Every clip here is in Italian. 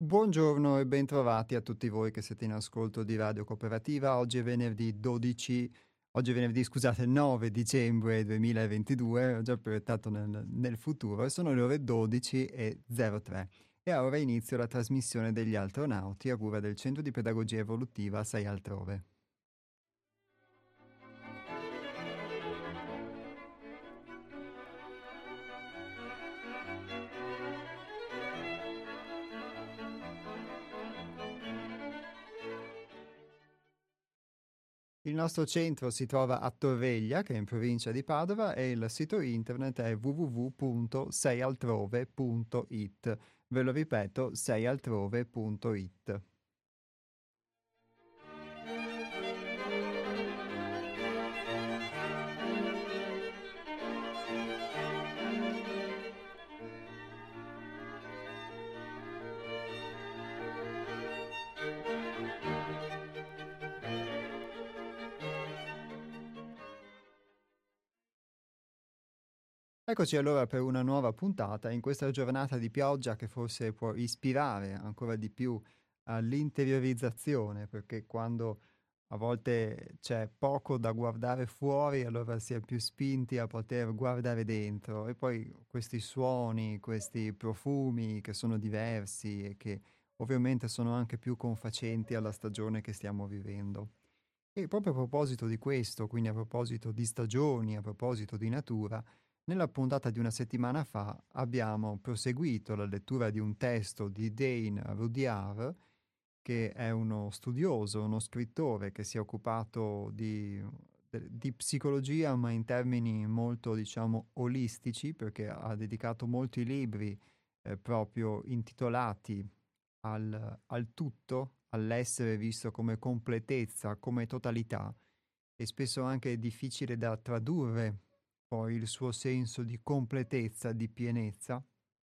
Buongiorno e bentrovati a tutti voi che siete in ascolto di Radio Cooperativa. Oggi è venerdì, scusate, 9 dicembre 2022, ho già proiettato nel futuro, e sono le ore 12:03. E ora inizio la trasmissione degli Altronauti a cura del Centro di Pedagogia Evolutiva 6 Altrove. Il nostro centro si trova a Torreglia, che è in provincia di Padova, e il sito internet è www.seialtrove.it. Ve lo ripeto, seialtrove.it. Eccoci allora per una nuova puntata in questa giornata di pioggia che forse può ispirare ancora di più all'interiorizzazione, perché quando a volte c'è poco da guardare fuori, allora si è più spinti a poter guardare dentro e poi questi suoni, questi profumi che sono diversi e che ovviamente sono anche più confacenti alla stagione che stiamo vivendo. E proprio a proposito di questo, quindi a proposito di stagioni, a proposito di natura, nella puntata di una settimana fa abbiamo proseguito la lettura di un testo di Dane Rudyard, che è uno studioso, uno scrittore che si è occupato di psicologia, ma in termini molto, diciamo, olistici, perché ha dedicato molti libri proprio intitolati al tutto, all'essere visto come completezza, come totalità, e spesso anche è difficile da tradurre poi il suo senso di completezza, di pienezza.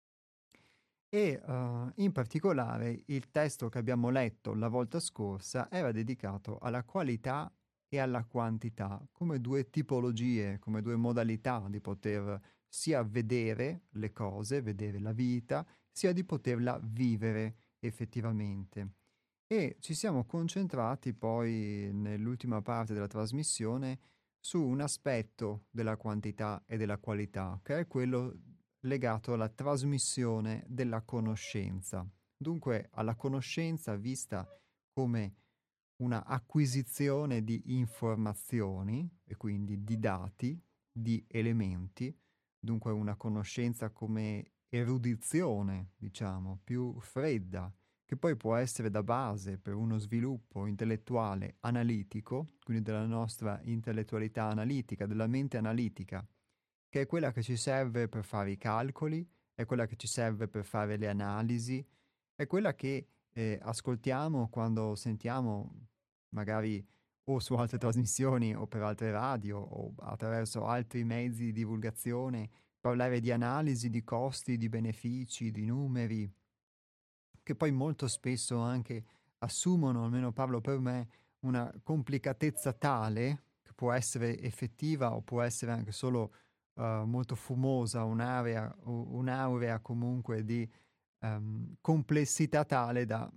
E in particolare il testo che abbiamo letto la volta scorsa era dedicato alla qualità e alla quantità, come due tipologie, come due modalità di poter sia vedere le cose, vedere la vita, sia di poterla vivere effettivamente. E ci siamo concentrati poi nell'ultima parte della trasmissione su un aspetto della quantità e della qualità, che è quello legato alla trasmissione della conoscenza. Dunque alla conoscenza vista come una acquisizione di informazioni e quindi di dati, di elementi, dunque una conoscenza come erudizione, diciamo, più fredda, che poi può essere da base per uno sviluppo intellettuale analitico, quindi della nostra intellettualità analitica, della mente analitica, che è quella che ci serve per fare i calcoli, è quella che ci serve per fare le analisi, è quella che ascoltiamo quando sentiamo magari o su altre trasmissioni o per altre radio o attraverso altri mezzi di divulgazione parlare di analisi, di costi, di benefici, di numeri, che poi molto spesso anche assumono, almeno parlo per me, una complicatezza tale che può essere effettiva o può essere anche solo molto fumosa, un'aurea comunque di complessità tale da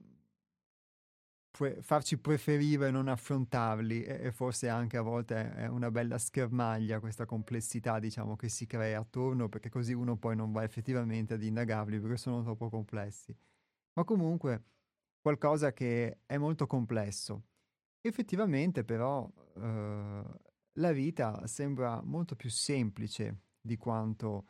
farci preferire non affrontarli e forse anche a volte è una bella schermaglia questa complessità, diciamo, che si crea attorno, perché così uno poi non va effettivamente ad indagarli perché sono troppo complessi. Ma comunque qualcosa che è molto complesso. Effettivamente però la vita sembra molto più semplice di quanto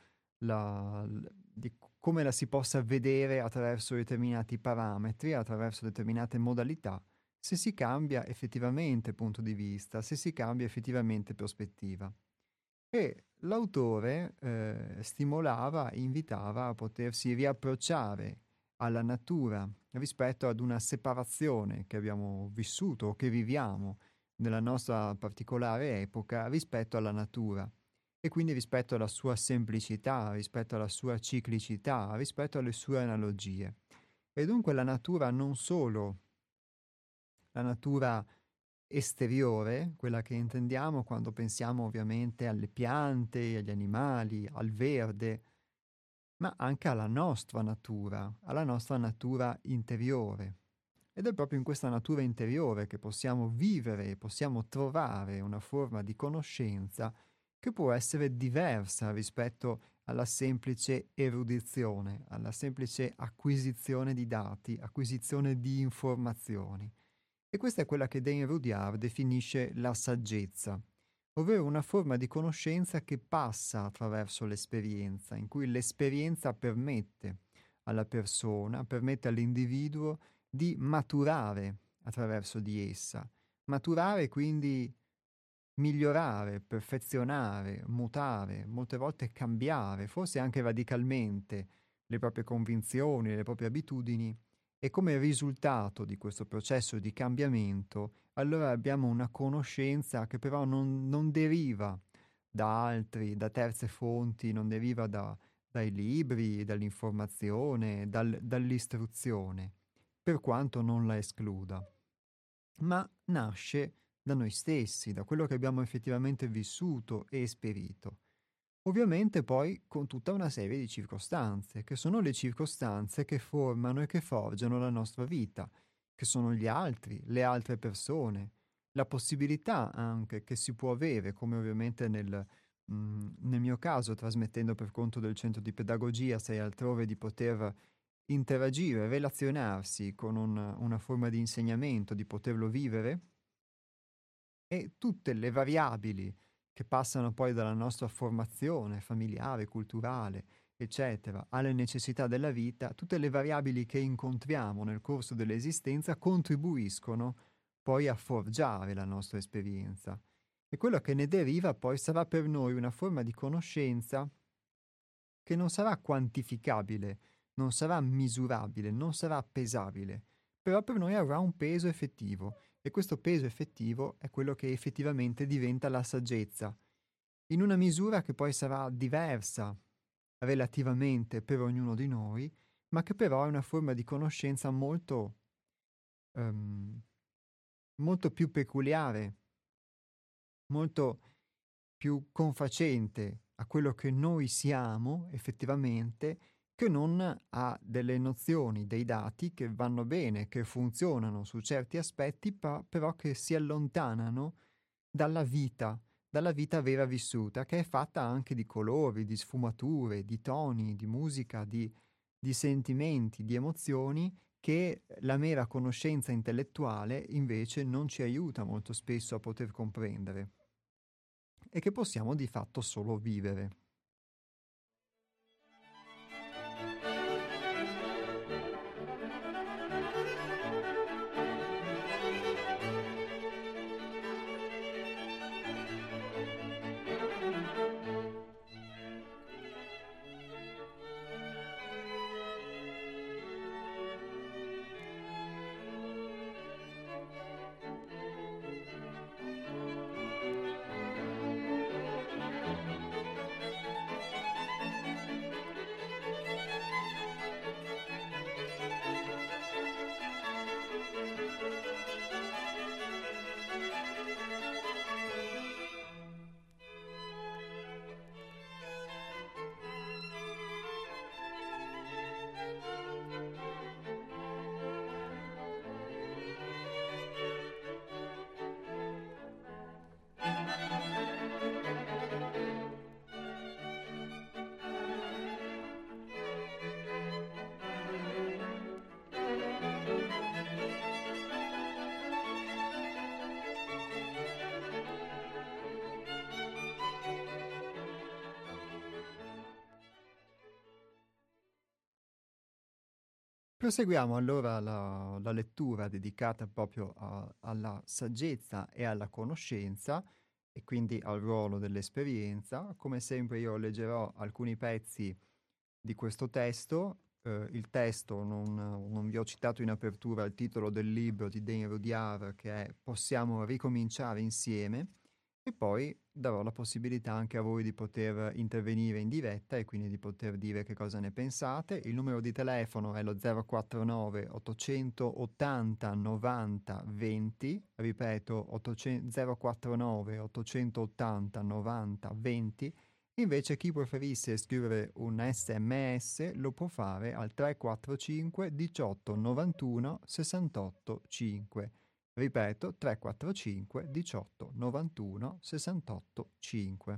di come la si possa vedere attraverso determinati parametri, attraverso determinate modalità, se si cambia effettivamente punto di vista, se si cambia effettivamente prospettiva. E l'autore stimolava, invitava a potersi riapprocciare alla natura rispetto ad una separazione che abbiamo vissuto o che viviamo nella nostra particolare epoca rispetto alla natura e quindi rispetto alla sua semplicità, rispetto alla sua ciclicità, rispetto alle sue analogie. E dunque la natura non solo la natura esteriore, quella che intendiamo quando pensiamo ovviamente alle piante, agli animali, al verde, ma anche alla nostra natura interiore. Ed è proprio in questa natura interiore che possiamo vivere e possiamo trovare una forma di conoscenza che può essere diversa rispetto alla semplice erudizione, alla semplice acquisizione di dati, acquisizione di informazioni. E questa è quella che Dane Rudyard definisce la saggezza, ovvero una forma di conoscenza che passa attraverso l'esperienza, in cui l'esperienza permette alla persona, permette all'individuo di maturare attraverso di essa. Maturare quindi migliorare, perfezionare, mutare, molte volte cambiare, forse anche radicalmente le proprie convinzioni, le proprie abitudini e come risultato di questo processo di cambiamento, allora abbiamo una conoscenza che però non deriva da altri, da terze fonti, non deriva dai libri, dall'informazione, dall'istruzione, per quanto non la escluda, ma nasce da noi stessi, da quello che abbiamo effettivamente vissuto e esperito. Ovviamente poi con tutta una serie di circostanze, che sono le circostanze che formano e che forgiano la nostra vita, che sono gli altri, le altre persone, la possibilità anche che si può avere, come ovviamente nel mio caso, trasmettendo per conto del centro di pedagogia, sei altrove, di poter interagire, relazionarsi con una forma di insegnamento, di poterlo vivere, e tutte le variabili che passano poi dalla nostra formazione familiare, culturale, eccetera, alle necessità della vita, tutte le variabili che incontriamo nel corso dell'esistenza contribuiscono poi a forgiare la nostra esperienza. E quello che ne deriva poi sarà per noi una forma di conoscenza che non sarà quantificabile, non sarà misurabile, non sarà pesabile, però per noi avrà un peso effettivo e questo peso effettivo è quello che effettivamente diventa la saggezza, in una misura che poi sarà diversa relativamente per ognuno di noi, ma che però è una forma di conoscenza ehm, molto più peculiare, molto più confacente a quello che noi siamo effettivamente, che non a delle nozioni, dei dati che vanno bene, che funzionano su certi aspetti, però che si allontanano dalla vita vera vissuta, che è fatta anche di colori, di sfumature, di toni, di musica, di sentimenti, di emozioni, che la mera conoscenza intellettuale invece non ci aiuta molto spesso a poter comprendere e che possiamo di fatto solo vivere. Proseguiamo allora la lettura dedicata proprio alla saggezza e alla conoscenza e quindi al ruolo dell'esperienza. Come sempre io leggerò alcuni pezzi di questo testo. Il testo non vi ho citato in apertura il titolo del libro di Dane Rudyard, che è Possiamo ricominciare insieme, e poi darò la possibilità anche a voi di poter intervenire in diretta e quindi di poter dire che cosa ne pensate. Il numero di telefono è lo 049 880 90 20, ripeto 049 880 90 20, Invece chi preferisse scrivere un SMS lo può fare al 345 18 91 68 5. Ripeto, 345 18 91 68 5.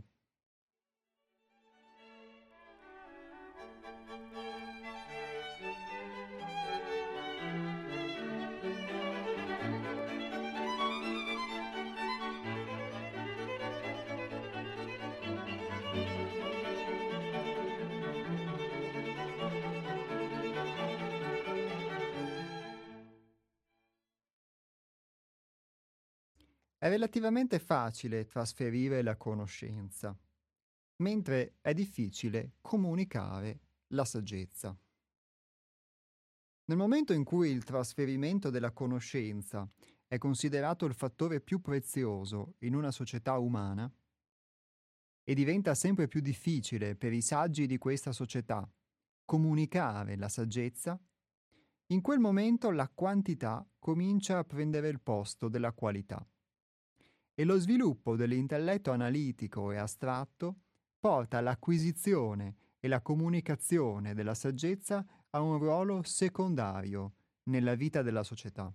È relativamente facile trasferire la conoscenza, mentre è difficile comunicare la saggezza. Nel momento in cui il trasferimento della conoscenza è considerato il fattore più prezioso in una società umana e diventa sempre più difficile per i saggi di questa società comunicare la saggezza, in quel momento la quantità comincia a prendere il posto della qualità e lo sviluppo dell'intelletto analitico e astratto porta l'acquisizione e la comunicazione della saggezza a un ruolo secondario nella vita della società.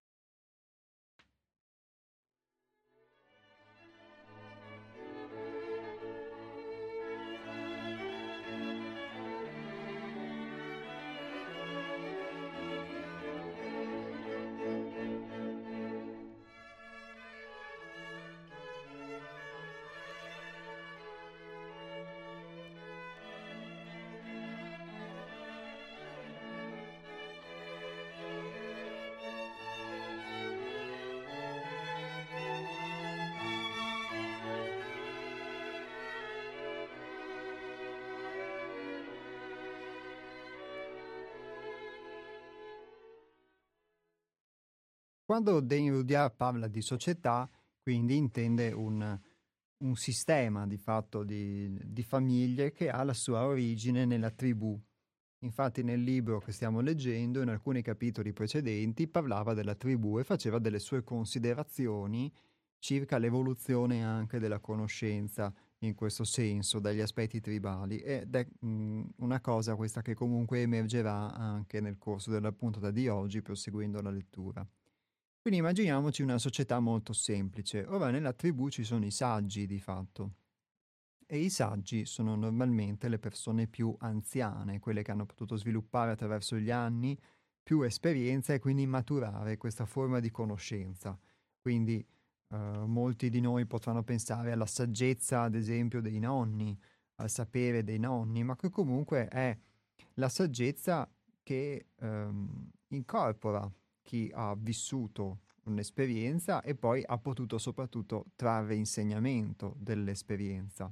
Quando Dane Rudyard parla di società, quindi intende un sistema di fatto di famiglie che ha la sua origine nella tribù. Infatti nel libro che stiamo leggendo, in alcuni capitoli precedenti, parlava della tribù e faceva delle sue considerazioni circa l'evoluzione anche della conoscenza in questo senso, dagli aspetti tribali, ed è una cosa questa che comunque emergerà anche nel corso della puntata di oggi, proseguendo la lettura. Quindi immaginiamoci una società molto semplice. Ora nella tribù ci sono i saggi di fatto e i saggi sono normalmente le persone più anziane, quelle che hanno potuto sviluppare attraverso gli anni più esperienza e quindi maturare questa forma di conoscenza. Quindi molti di noi potranno pensare alla saggezza, ad esempio, dei nonni, al sapere dei nonni, ma che comunque è la saggezza che incorpora chi ha vissuto un'esperienza e poi ha potuto soprattutto trarre insegnamento dell'esperienza,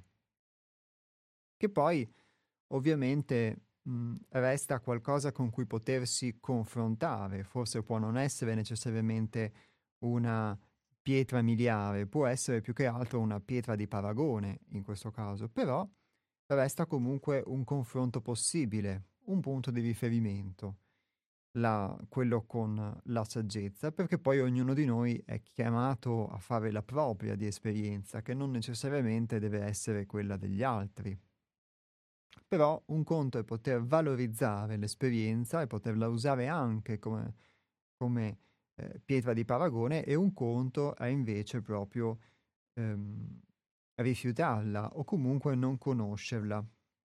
che poi ovviamente resta qualcosa con cui potersi confrontare, forse può non essere necessariamente una pietra miliare, può essere più che altro una pietra di paragone in questo caso, però resta comunque un confronto possibile, un punto di riferimento, quello con la saggezza, perché poi ognuno di noi è chiamato a fare la propria di esperienza, che non necessariamente deve essere quella degli altri. Però un conto è poter valorizzare l'esperienza e poterla usare anche come pietra di paragone e un conto è invece proprio ehm, rifiutarla o comunque non conoscerla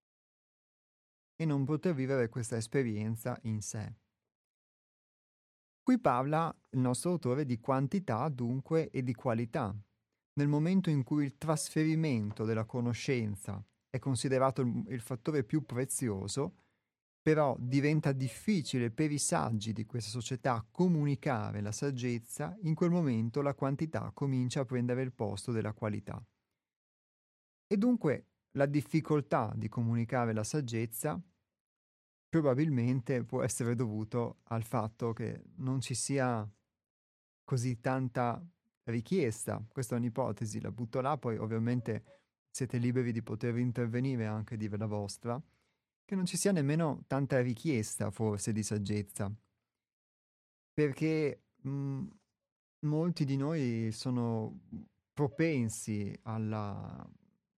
e non poter vivere questa esperienza in sé. Qui parla il nostro autore di quantità dunque e di qualità. Nel momento in cui il trasferimento della conoscenza è considerato il fattore più prezioso, però diventa difficile per i saggi di questa società comunicare la saggezza, in quel momento la quantità comincia a prendere il posto della qualità. E dunque la difficoltà di comunicare la saggezza probabilmente può essere dovuto al fatto che non ci sia così tanta richiesta. Questa è un'ipotesi, la butto là, poi ovviamente siete liberi di poter intervenire anche dire la vostra, che non ci sia nemmeno tanta richiesta forse di saggezza, perché molti di noi sono propensi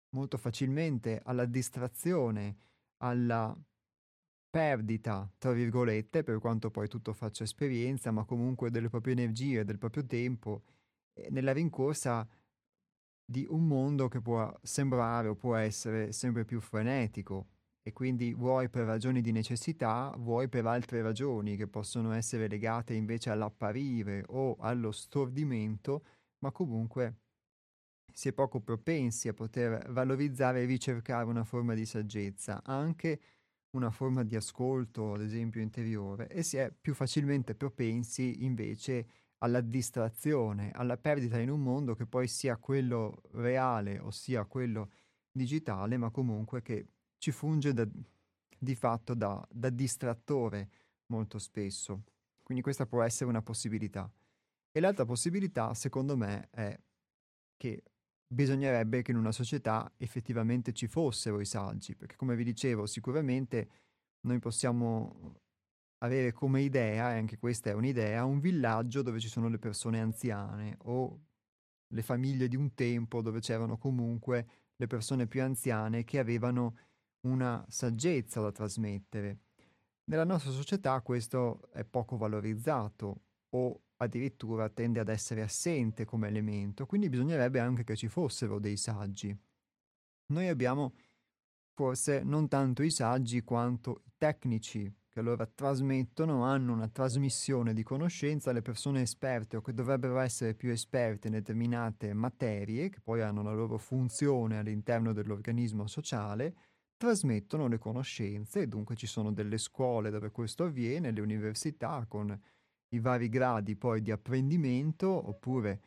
molto facilmente alla distrazione, alla perdita, tra virgolette, per quanto poi tutto faccia esperienza, ma comunque delle proprie energie, del proprio tempo, nella rincorsa di un mondo che può sembrare o può essere sempre più frenetico e quindi vuoi per ragioni di necessità, vuoi per altre ragioni che possono essere legate invece all'apparire o allo stordimento, ma comunque si è poco propensi a poter valorizzare e ricercare una forma di saggezza, anche una forma di ascolto, ad esempio interiore, e si è più facilmente propensi invece alla distrazione, alla perdita in un mondo che poi sia quello reale o sia quello digitale, ma comunque che ci funge di fatto da distrattore molto spesso. Quindi questa può essere una possibilità. E l'altra possibilità, secondo me, è che bisognerebbe che in una società effettivamente ci fossero i saggi, perché come vi dicevo, sicuramente noi possiamo avere come idea, e anche questa è un'idea, un villaggio dove ci sono le persone anziane o le famiglie di un tempo dove c'erano comunque le persone più anziane che avevano una saggezza da trasmettere. Nella nostra società questo è poco valorizzato o addirittura tende ad essere assente come elemento, quindi bisognerebbe anche che ci fossero dei saggi. Noi abbiamo forse non tanto i saggi quanto i tecnici che allora trasmettono, hanno una trasmissione di conoscenza alle persone esperte o che dovrebbero essere più esperte in determinate materie, che poi hanno la loro funzione all'interno dell'organismo sociale, trasmettono le conoscenze e dunque ci sono delle scuole dove questo avviene, le università con i vari gradi poi di apprendimento oppure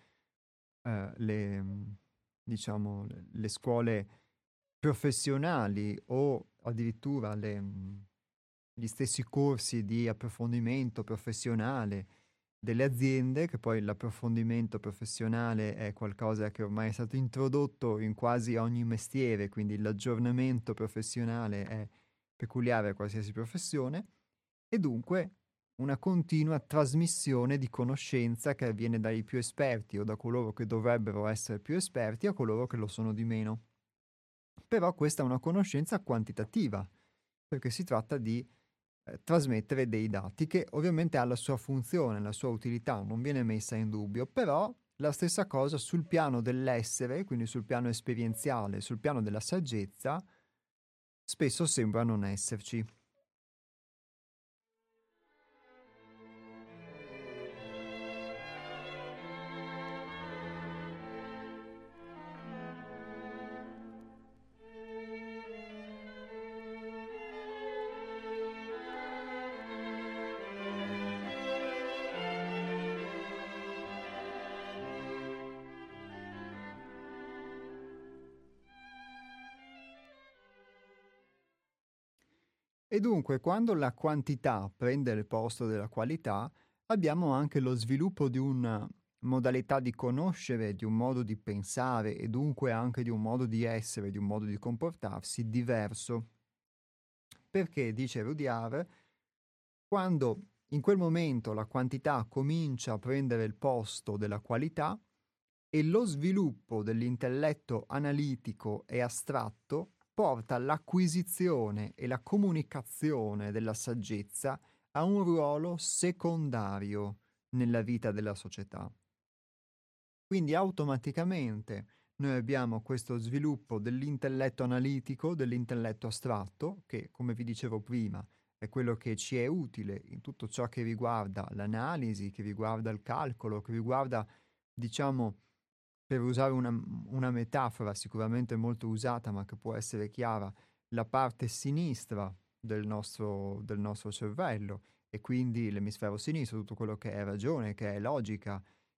diciamo, le scuole professionali o addirittura gli stessi corsi di approfondimento professionale delle aziende, che poi l'approfondimento professionale è qualcosa che ormai è stato introdotto in quasi ogni mestiere, quindi l'aggiornamento professionale è peculiare a qualsiasi professione, e dunque una continua trasmissione di conoscenza che avviene dai più esperti o da coloro che dovrebbero essere più esperti a coloro che lo sono di meno. Però questa è una conoscenza quantitativa, perché si tratta di trasmettere dei dati che ovviamente ha la sua funzione, la sua utilità, non viene messa in dubbio, però la stessa cosa sul piano dell'essere, quindi sul piano esperienziale, sul piano della saggezza, spesso sembra non esserci. E dunque, quando la quantità prende il posto della qualità, abbiamo anche lo sviluppo di una modalità di conoscere, di un modo di pensare e dunque anche di un modo di essere, di un modo di comportarsi diverso. Perché, dice Rudyard, quando in quel momento la quantità comincia a prendere il posto della qualità e lo sviluppo dell'intelletto analitico e astratto porta l'acquisizione e la comunicazione della saggezza a un ruolo secondario nella vita della società. Quindi automaticamente noi abbiamo questo sviluppo dell'intelletto analitico, dell'intelletto astratto, che come vi dicevo prima è quello che ci è utile in tutto ciò che riguarda l'analisi, che riguarda il calcolo, che riguarda, diciamo, per usare una metafora sicuramente molto usata ma che può essere chiara, la parte sinistra del nostro cervello e quindi l'emisfero sinistro, tutto quello che è ragione, che è logica,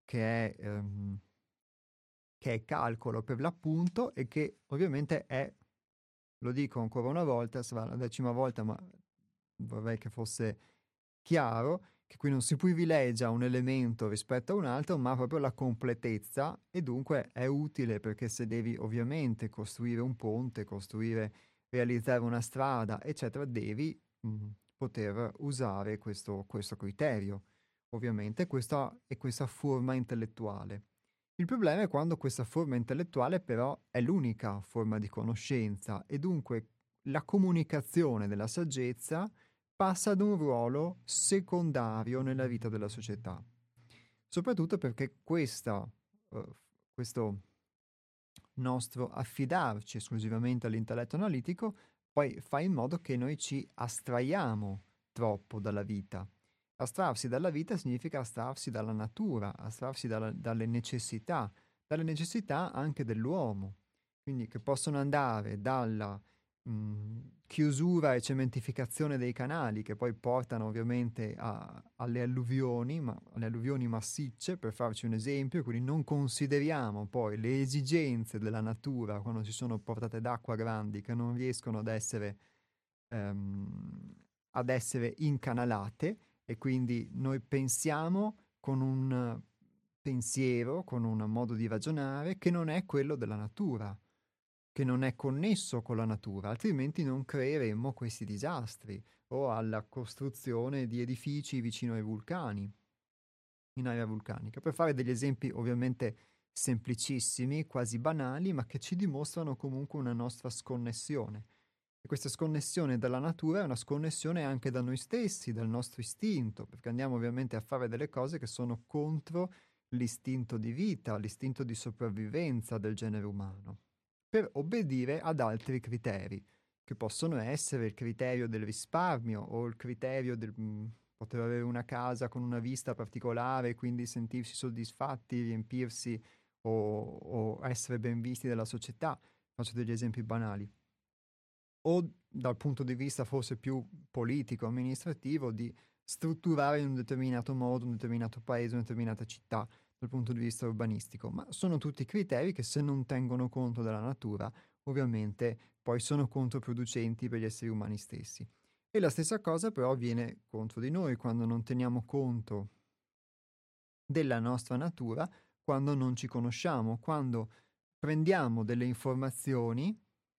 che è calcolo per l'appunto e che ovviamente è, lo dico ancora una volta, sarà la 10ª volta, ma vorrei che fosse chiaro, che qui non si privilegia un elemento rispetto a un altro, ma proprio la completezza e dunque è utile perché se devi ovviamente costruire un ponte, realizzare una strada, eccetera, devi poter usare questo criterio, ovviamente, questa forma intellettuale. Il problema è quando questa forma intellettuale però è l'unica forma di conoscenza e dunque la comunicazione della saggezza passa ad un ruolo secondario nella vita della società. Soprattutto perché questo nostro affidarci esclusivamente all'intelletto analitico poi fa in modo che noi ci astraiamo troppo dalla vita. Astrarsi dalla vita significa astrarsi dalla natura, astrarsi dalle necessità anche dell'uomo, quindi che possono andare dalla chiusura e cementificazione dei canali che poi portano ovviamente alle alluvioni, ma alle alluvioni massicce, per farci un esempio, quindi non consideriamo poi le esigenze della natura quando ci sono portate d'acqua grandi che non riescono ehm, ad essere incanalate e quindi noi pensiamo con un pensiero, con un modo di ragionare che non è quello della natura, che non è connesso con la natura, altrimenti non creeremmo questi disastri o alla costruzione di edifici vicino ai vulcani, in area vulcanica. Per fare degli esempi ovviamente semplicissimi, quasi banali, ma che ci dimostrano comunque una nostra sconnessione. E questa sconnessione dalla natura è una sconnessione anche da noi stessi, dal nostro istinto, perché andiamo ovviamente a fare delle cose che sono contro l'istinto di vita, l'istinto di sopravvivenza del genere umano, per obbedire ad altri criteri, che possono essere il criterio del risparmio o il criterio del poter avere una casa con una vista particolare, quindi sentirsi soddisfatti, riempirsi o essere ben visti dalla società. Faccio degli esempi banali. O dal punto di vista forse più politico, amministrativo, di strutturare in un determinato modo un determinato paese, una determinata città dal punto di vista urbanistico, ma sono tutti criteri che se non tengono conto della natura, ovviamente poi sono controproducenti per gli esseri umani stessi. E la stessa cosa però avviene contro di noi quando non teniamo conto della nostra natura, quando non ci conosciamo, quando prendiamo delle informazioni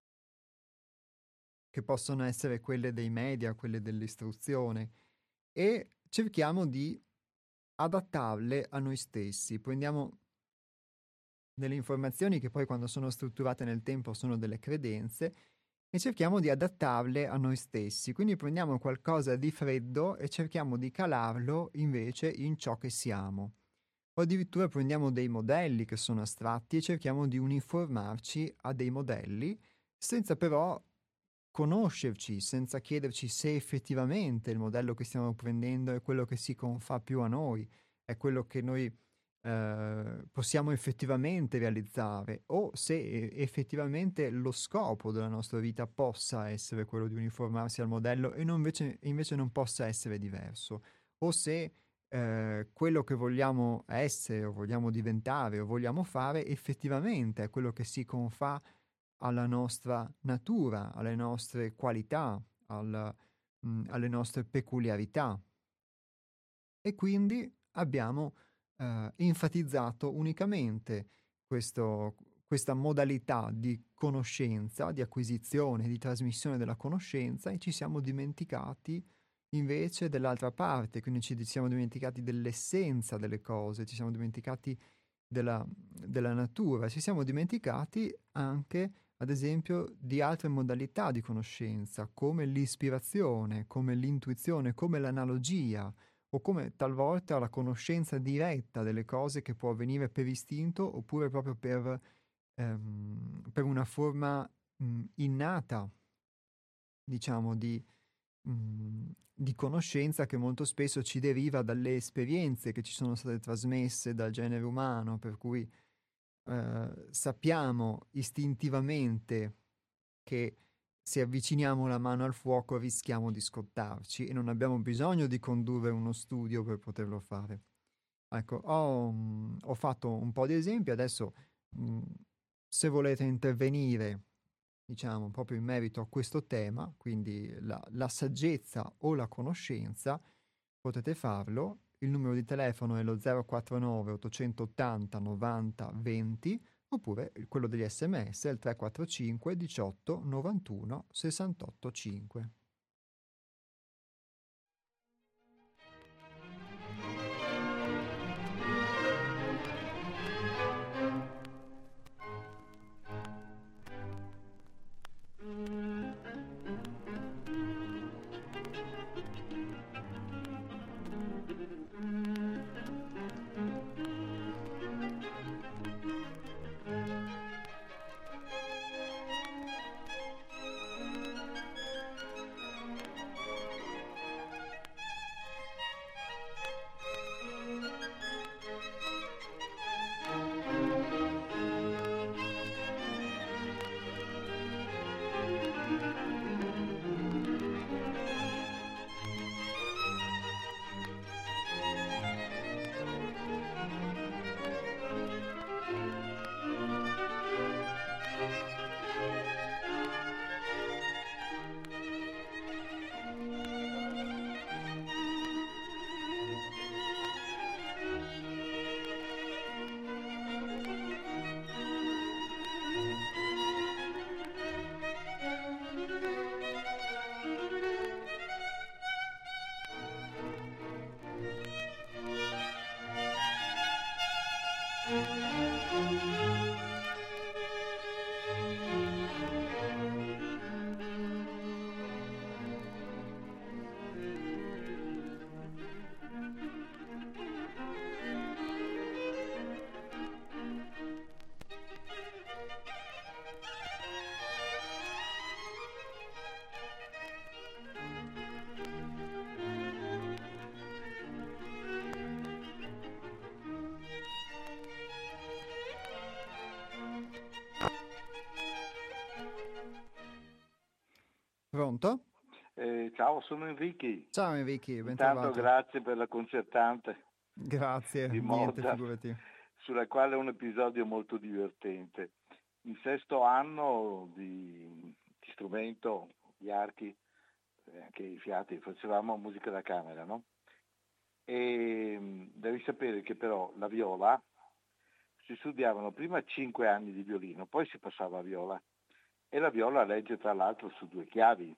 che possono essere quelle dei media, quelle dell'istruzione, e cerchiamo di adattarle a noi stessi. Prendiamo delle informazioni che poi quando sono strutturate nel tempo sono delle credenze e cerchiamo di adattarle a noi stessi. Quindi prendiamo qualcosa di freddo e cerchiamo di calarlo invece in ciò che siamo. O addirittura prendiamo dei modelli che sono astratti e cerchiamo di uniformarci a dei modelli senza però conoscerci, senza chiederci se effettivamente il modello che stiamo prendendo è quello che si confà più a noi, è quello che noi possiamo effettivamente realizzare o se effettivamente lo scopo della nostra vita possa essere quello di uniformarsi al modello e invece non possa essere diverso, o se quello che vogliamo essere o vogliamo diventare o vogliamo fare effettivamente è quello che si confà alla nostra natura, alle nostre qualità, alle nostre peculiarità. E quindi abbiamo enfatizzato unicamente questa modalità di conoscenza, di acquisizione, di trasmissione della conoscenza e ci siamo dimenticati invece dell'altra parte, quindi ci siamo dimenticati dell'essenza delle cose, ci siamo dimenticati della natura, ci siamo dimenticati anche, ad esempio, di altre modalità di conoscenza, come l'ispirazione, come l'intuizione, come l'analogia, o come talvolta la conoscenza diretta delle cose che può avvenire per istinto oppure proprio per una forma innata, diciamo, di conoscenza che molto spesso ci deriva dalle esperienze che ci sono state trasmesse dal genere umano, per cui sappiamo istintivamente che se avviciniamo la mano al fuoco rischiamo di scottarci e non abbiamo bisogno di condurre uno studio per poterlo fare. Ecco, ho fatto un po' di esempi, adesso mh, se volete intervenire, diciamo, proprio in merito a questo tema, quindi la saggezza o la conoscenza, potete farlo. Il numero di telefono è lo 049 880 90 20 oppure quello degli sms è il 345 18 91 68 5. Pronto? Ciao, sono Enrichi. Ciao Enrico, ben Intanto trovato. grazie per la concertante Grazie, di niente, Mozart, figurati. sulla quale è un episodio molto divertente. In sesto anno di strumento, gli archi, anche i fiati, facevamo musica da camera, no? E devi sapere che però la viola si studiavano prima 5 anni di violino, poi si passava a viola. E la viola legge tra l'altro su due chiavi,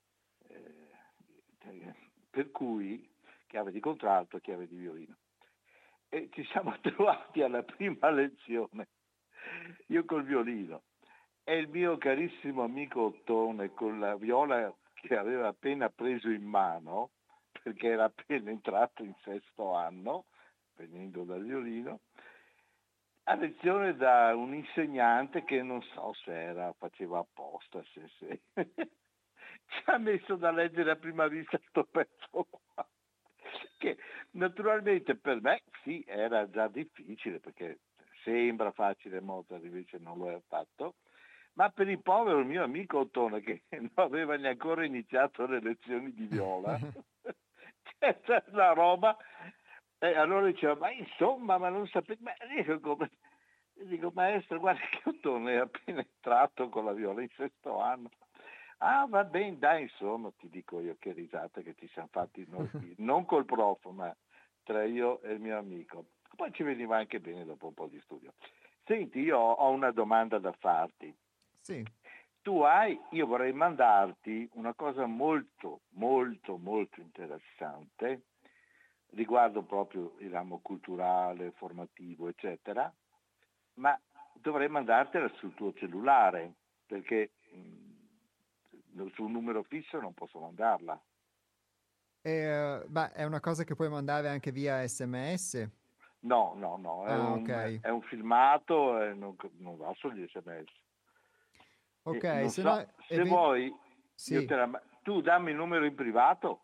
per cui chiave di contralto e chiave di violino. E ci siamo trovati alla prima lezione, io col violino e il mio carissimo amico Ottone con la viola che aveva appena preso in mano, perché era appena entrato in sesto anno, venendo dal violino, a lezione da un insegnante che non so se faceva apposta, se ci ha messo da leggere a prima vista questo pezzo qua, che naturalmente per me sì era già difficile perché sembra facile Mozart, invece non lo è affatto, ma per il povero mio amico Ottone che non aveva neanche ancora iniziato le lezioni di viola, c'è la roba, e allora diceva, ma insomma, ma non sapete, ma dico, maestro, guarda che Ottone è appena entrato con la viola in sesto anno. Ah, va bene, dai, insomma, ti dico io che risate che ci siamo fatti noi, non col prof, ma tra io e il mio amico. Poi ci veniva anche bene dopo un po' di studio. Senti, io ho una domanda da farti. Sì. Io vorrei mandarti una cosa molto, molto, molto interessante riguardo proprio il ramo culturale, formativo, eccetera, ma dovrei mandartela sul tuo cellulare, perché sul numero fisso non posso mandarla. Beh, è una cosa che puoi mandare anche via SMS? No, no, no, è Ah, un, ok. è un filmato e non va sugli SMS. E Ok, non se so, no, se vuoi, io sì, tu dammi il numero in privato,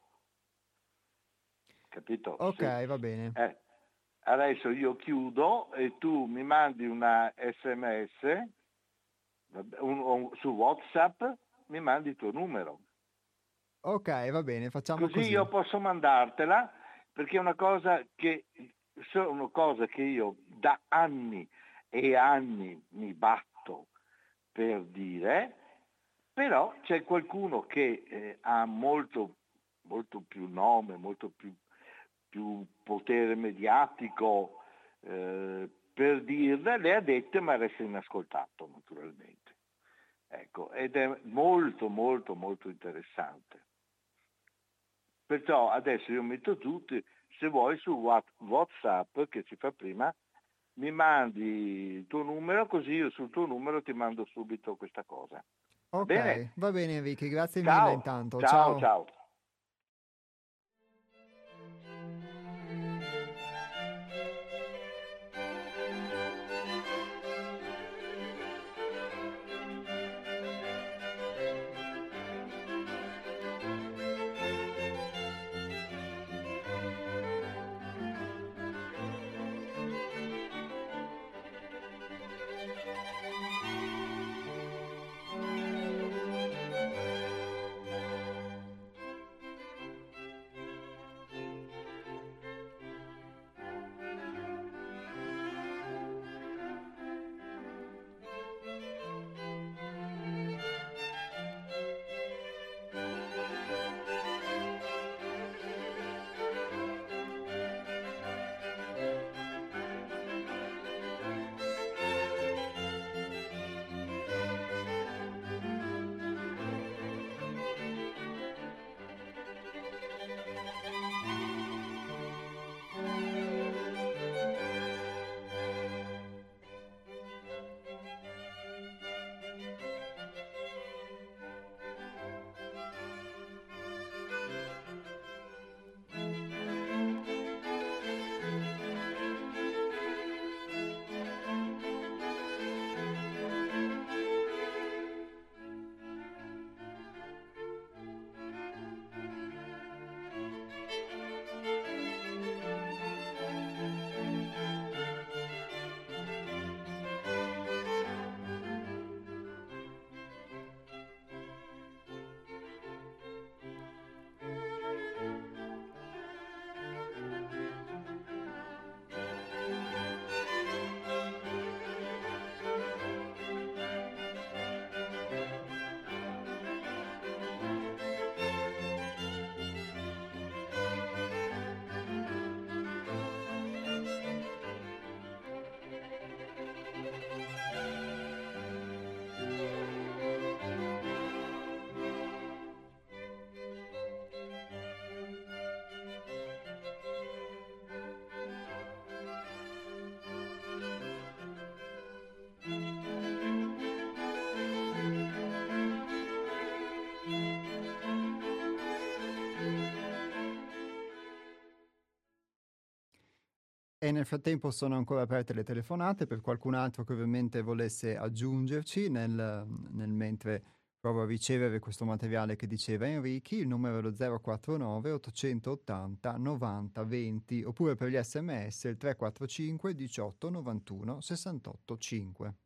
capito? ok, Sì. va bene. Eh, Adesso io chiudo e tu mi mandi una SMS su WhatsApp, mi mandi il tuo numero. Ok, va bene, facciamo Così così. io posso mandartela perché è una cosa che sono cose che io da anni e anni mi batto per dire, però c'è qualcuno che ha molto, molto più nome, molto più potere mediatico per dirle, le ha dette ma resta inascoltato naturalmente. Ecco, ed è molto molto molto interessante. Perciò adesso io metto tutti, se vuoi su WhatsApp che si fa prima, mi mandi il tuo numero così io sul tuo numero ti mando subito questa cosa. Va bene? Ok, va bene Enrico, grazie mille Ciao, intanto. ciao, Ciao. ciao. E nel frattempo sono ancora aperte le telefonate per qualcun altro che ovviamente volesse aggiungerci nel mentre provo a ricevere questo materiale che diceva Enrichi. Il numero è lo 049 880 90 20, oppure per gli sms il 345 18 91 68 5.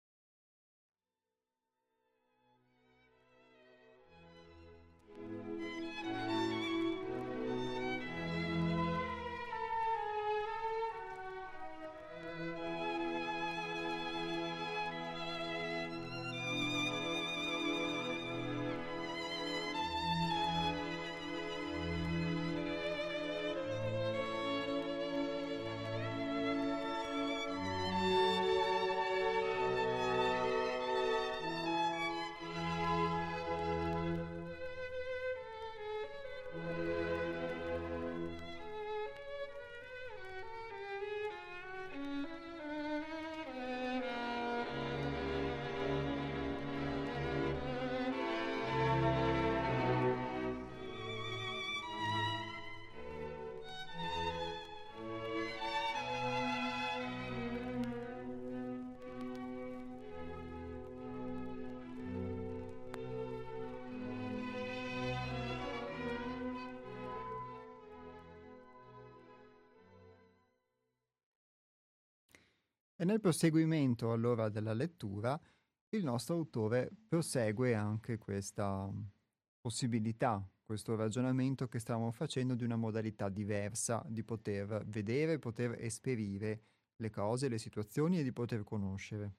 E nel proseguimento allora della lettura, il nostro autore prosegue anche questa possibilità, questo ragionamento che stavamo facendo di una modalità diversa di poter vedere, poter esperire le cose, le situazioni e di poter conoscere.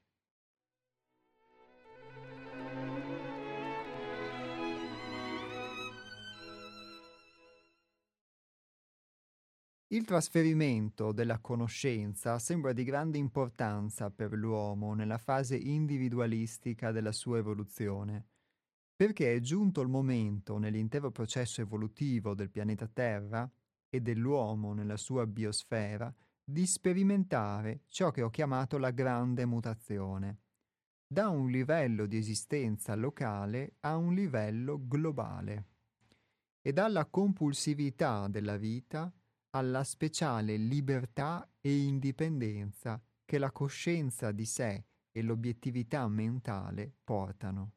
Il trasferimento della conoscenza sembra di grande importanza per l'uomo nella fase individualistica della sua evoluzione, perché è giunto il momento nell'intero processo evolutivo del pianeta Terra e dell'uomo nella sua biosfera di sperimentare ciò che ho chiamato la grande mutazione, da un livello di esistenza locale a un livello globale, e dalla compulsività della vita alla speciale libertà e indipendenza che la coscienza di sé e l'obiettività mentale portano.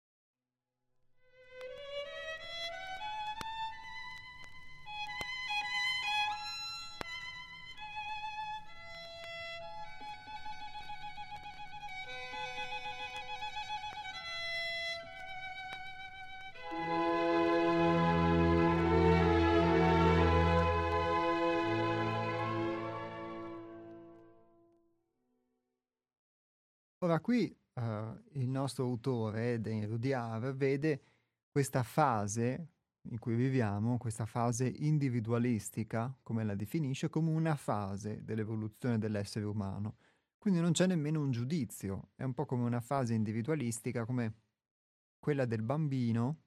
Ora qui il nostro autore, Dan Rudyard, vede questa fase in cui viviamo, questa fase individualistica, come la definisce, come una fase dell'evoluzione dell'essere umano. Quindi non c'è nemmeno un giudizio, è un po' come una fase individualistica, come quella del bambino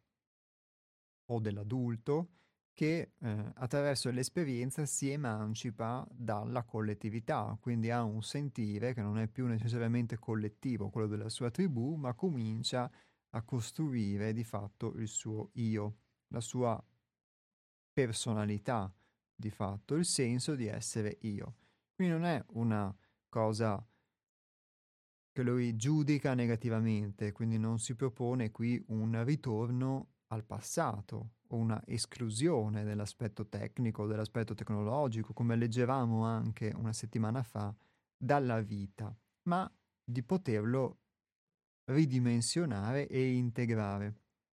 o dell'adulto che attraverso l'esperienza si emancipa dalla collettività, quindi ha un sentire che non è più necessariamente collettivo, quello della sua tribù, ma comincia a costruire di fatto il suo io, la sua personalità, di fatto, il senso di essere io. Quindi non è una cosa che lui giudica negativamente, quindi non si propone qui un ritorno al passato o una esclusione dell'aspetto tecnico, dell'aspetto tecnologico, come leggevamo anche una settimana fa, dalla vita, ma di poterlo ridimensionare e integrare.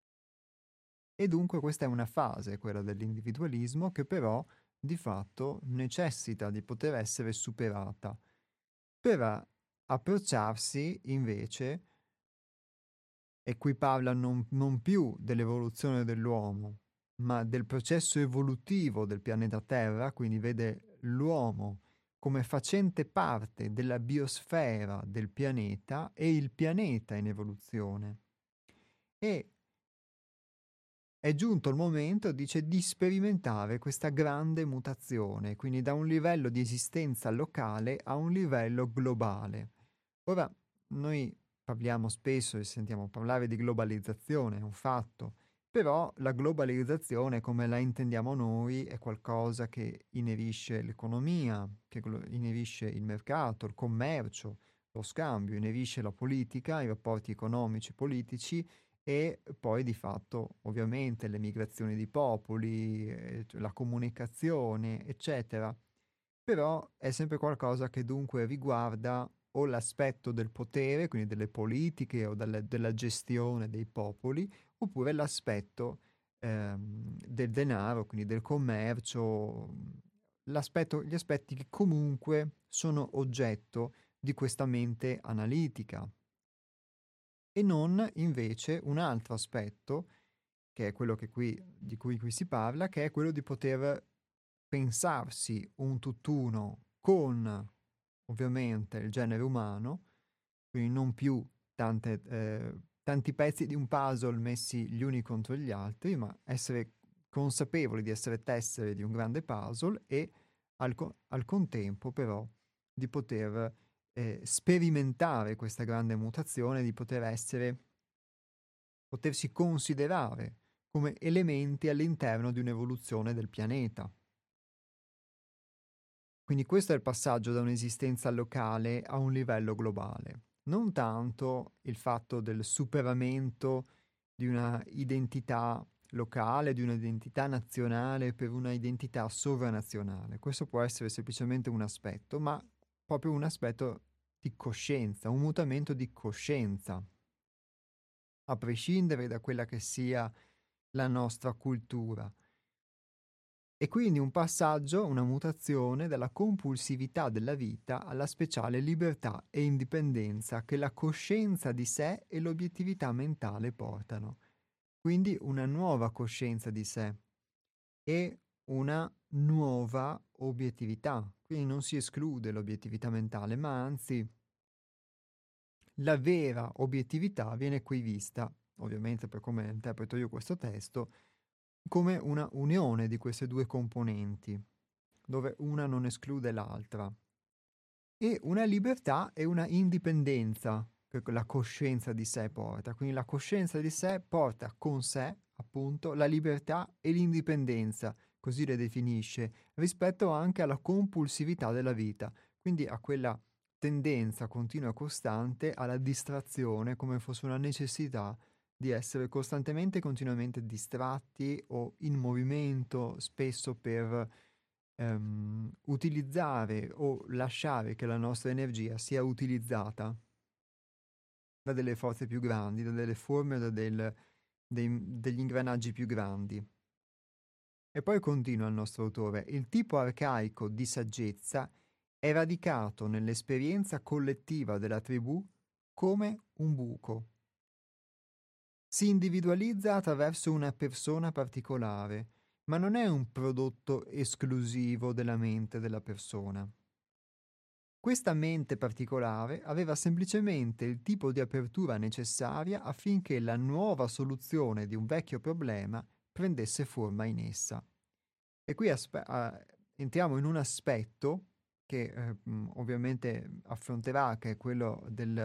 E dunque questa è una fase, quella dell'individualismo, che però di fatto necessita di poter essere superata per approcciarsi invece, e qui parla non più dell'evoluzione dell'uomo, ma del processo evolutivo del pianeta Terra, quindi vede l'uomo come facente parte della biosfera del pianeta e il pianeta in evoluzione. E è giunto il momento, dice, di sperimentare questa grande mutazione, quindi da un livello di esistenza locale a un livello globale. Ora, noi parliamo spesso e sentiamo parlare di globalizzazione, è un fatto, Però la globalizzazione, come la intendiamo noi, è qualcosa che inerisce l'economia, che inerisce il mercato, il commercio, lo scambio, inerisce la politica, i rapporti economici, politici e poi di fatto ovviamente le migrazioni di popoli, la comunicazione, eccetera. Però è sempre qualcosa che dunque riguarda o l'aspetto del potere, quindi delle politiche o della gestione dei popoli, oppure l'aspetto del denaro, quindi del commercio, gli aspetti che comunque sono oggetto di questa mente analitica e non invece un altro aspetto, che è quello di cui qui si parla, che è quello di poter pensarsi un tutt'uno con ovviamente il genere umano, quindi non più tanti pezzi di un puzzle messi gli uni contro gli altri, ma essere consapevoli di essere tessere di un grande puzzle e al contempo però di poter sperimentare questa grande mutazione, di potersi considerare come elementi all'interno di un'evoluzione del pianeta. Quindi questo è il passaggio da un'esistenza locale a un livello globale. Non tanto il fatto del superamento di una identità locale, di un'identità nazionale per una identità sovranazionale. Questo può essere semplicemente un aspetto, ma proprio un aspetto di coscienza, un mutamento di coscienza, a prescindere da quella che sia la nostra cultura. E quindi un passaggio, una mutazione dalla compulsività della vita alla speciale libertà e indipendenza che la coscienza di sé e l'obiettività mentale portano. Quindi una nuova coscienza di sé e una nuova obiettività. Quindi non si esclude l'obiettività mentale, ma anzi la vera obiettività viene qui vista, ovviamente per come interpreto io questo testo, come una unione di queste due componenti, dove una non esclude l'altra, e una libertà e una indipendenza che la coscienza di sé porta. Quindi la coscienza di sé porta con sé, appunto, la libertà e l'indipendenza, così le definisce, rispetto anche alla compulsività della vita, quindi a quella tendenza continua e costante alla distrazione come fosse una necessità di essere costantemente e continuamente distratti o in movimento, spesso per utilizzare o lasciare che la nostra energia sia utilizzata da delle forze più grandi, da delle forme, degli ingranaggi più grandi. E poi continua il nostro autore, il tipo arcaico di saggezza è radicato nell'esperienza collettiva della tribù come un buco. Si individualizza attraverso una persona particolare, ma non è un prodotto esclusivo della mente della persona. Questa mente particolare aveva semplicemente il tipo di apertura necessaria affinché la nuova soluzione di un vecchio problema prendesse forma in essa. E qui entriamo in un aspetto che ovviamente affronterà, che è quello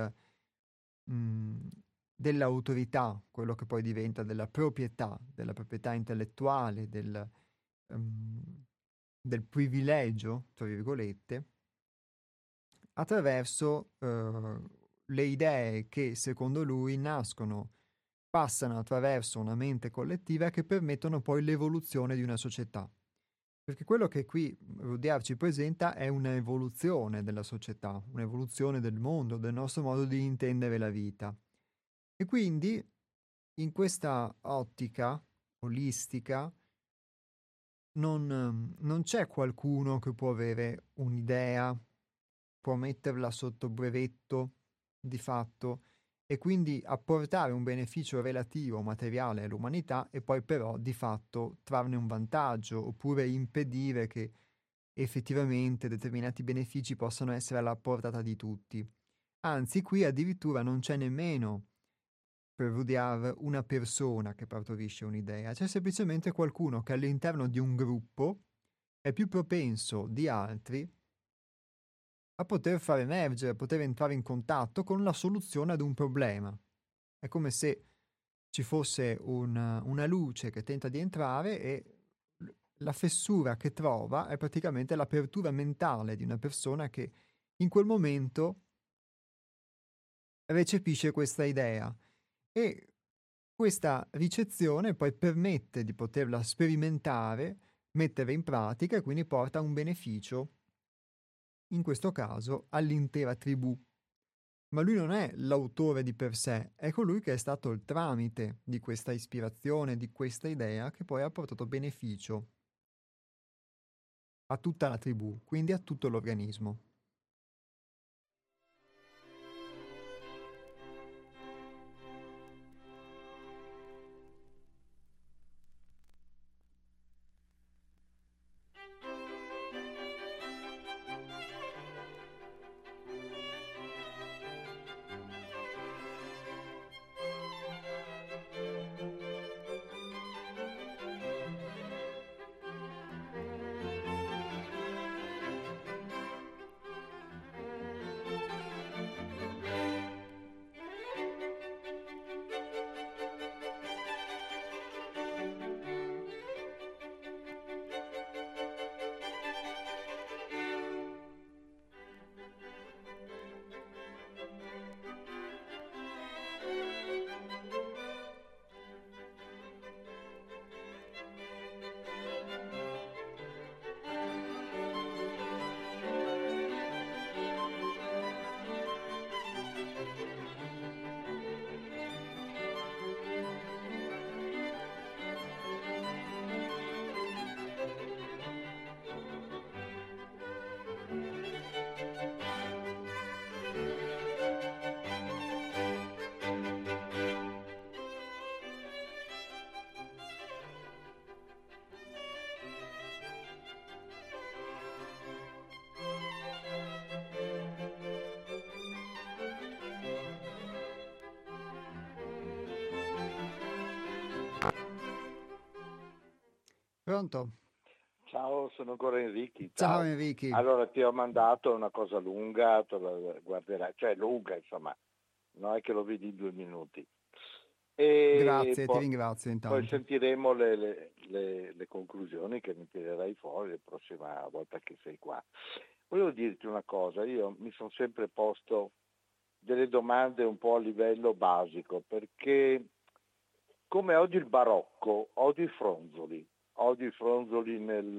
mh, dell'autorità, quello che poi diventa della proprietà intellettuale, ehm, del privilegio, tra virgolette, attraverso le idee che secondo lui passano attraverso una mente collettiva che permettono poi l'evoluzione di una società. Perché quello che qui Rudyard ci presenta è un'evoluzione della società, un'evoluzione del mondo, del nostro modo di intendere la vita. E quindi in questa ottica olistica non c'è qualcuno che può avere un'idea, può metterla sotto brevetto di fatto e quindi apportare un beneficio relativo materiale all'umanità e poi però di fatto trarne un vantaggio oppure impedire che effettivamente determinati benefici possano essere alla portata di tutti. Anzi, qui addirittura non c'è nemmeno per Rudyard una persona che partorisce un'idea, c'è semplicemente qualcuno che all'interno di un gruppo è più propenso di altri a poter far emergere, a poter entrare in contatto con la soluzione ad un problema. È come se ci fosse una luce che tenta di entrare e la fessura che trova è praticamente l'apertura mentale di una persona che in quel momento recepisce questa idea e questa ricezione poi permette di poterla sperimentare, mettere in pratica e quindi porta un beneficio, in questo caso all'intera tribù. Ma lui non è l'autore di per sé, è colui che è stato il tramite di questa ispirazione, di questa idea che poi ha portato beneficio a tutta la tribù, quindi a tutto l'organismo. Pronto? Ciao, sono ancora Enrichi, Ciao ciao. Enrichi. Allora ti ho mandato una cosa lunga, tu la guarderai, cioè lunga insomma, non è che lo vedi in 2 minuti. E Grazie, ti ringrazio poi intanto. sentiremo le conclusioni che mi tirerai fuori la prossima volta che sei qua. Volevo dirti una cosa, io mi sono sempre posto delle domande un po' a livello basico, perché come odio il barocco, odio i fronzoli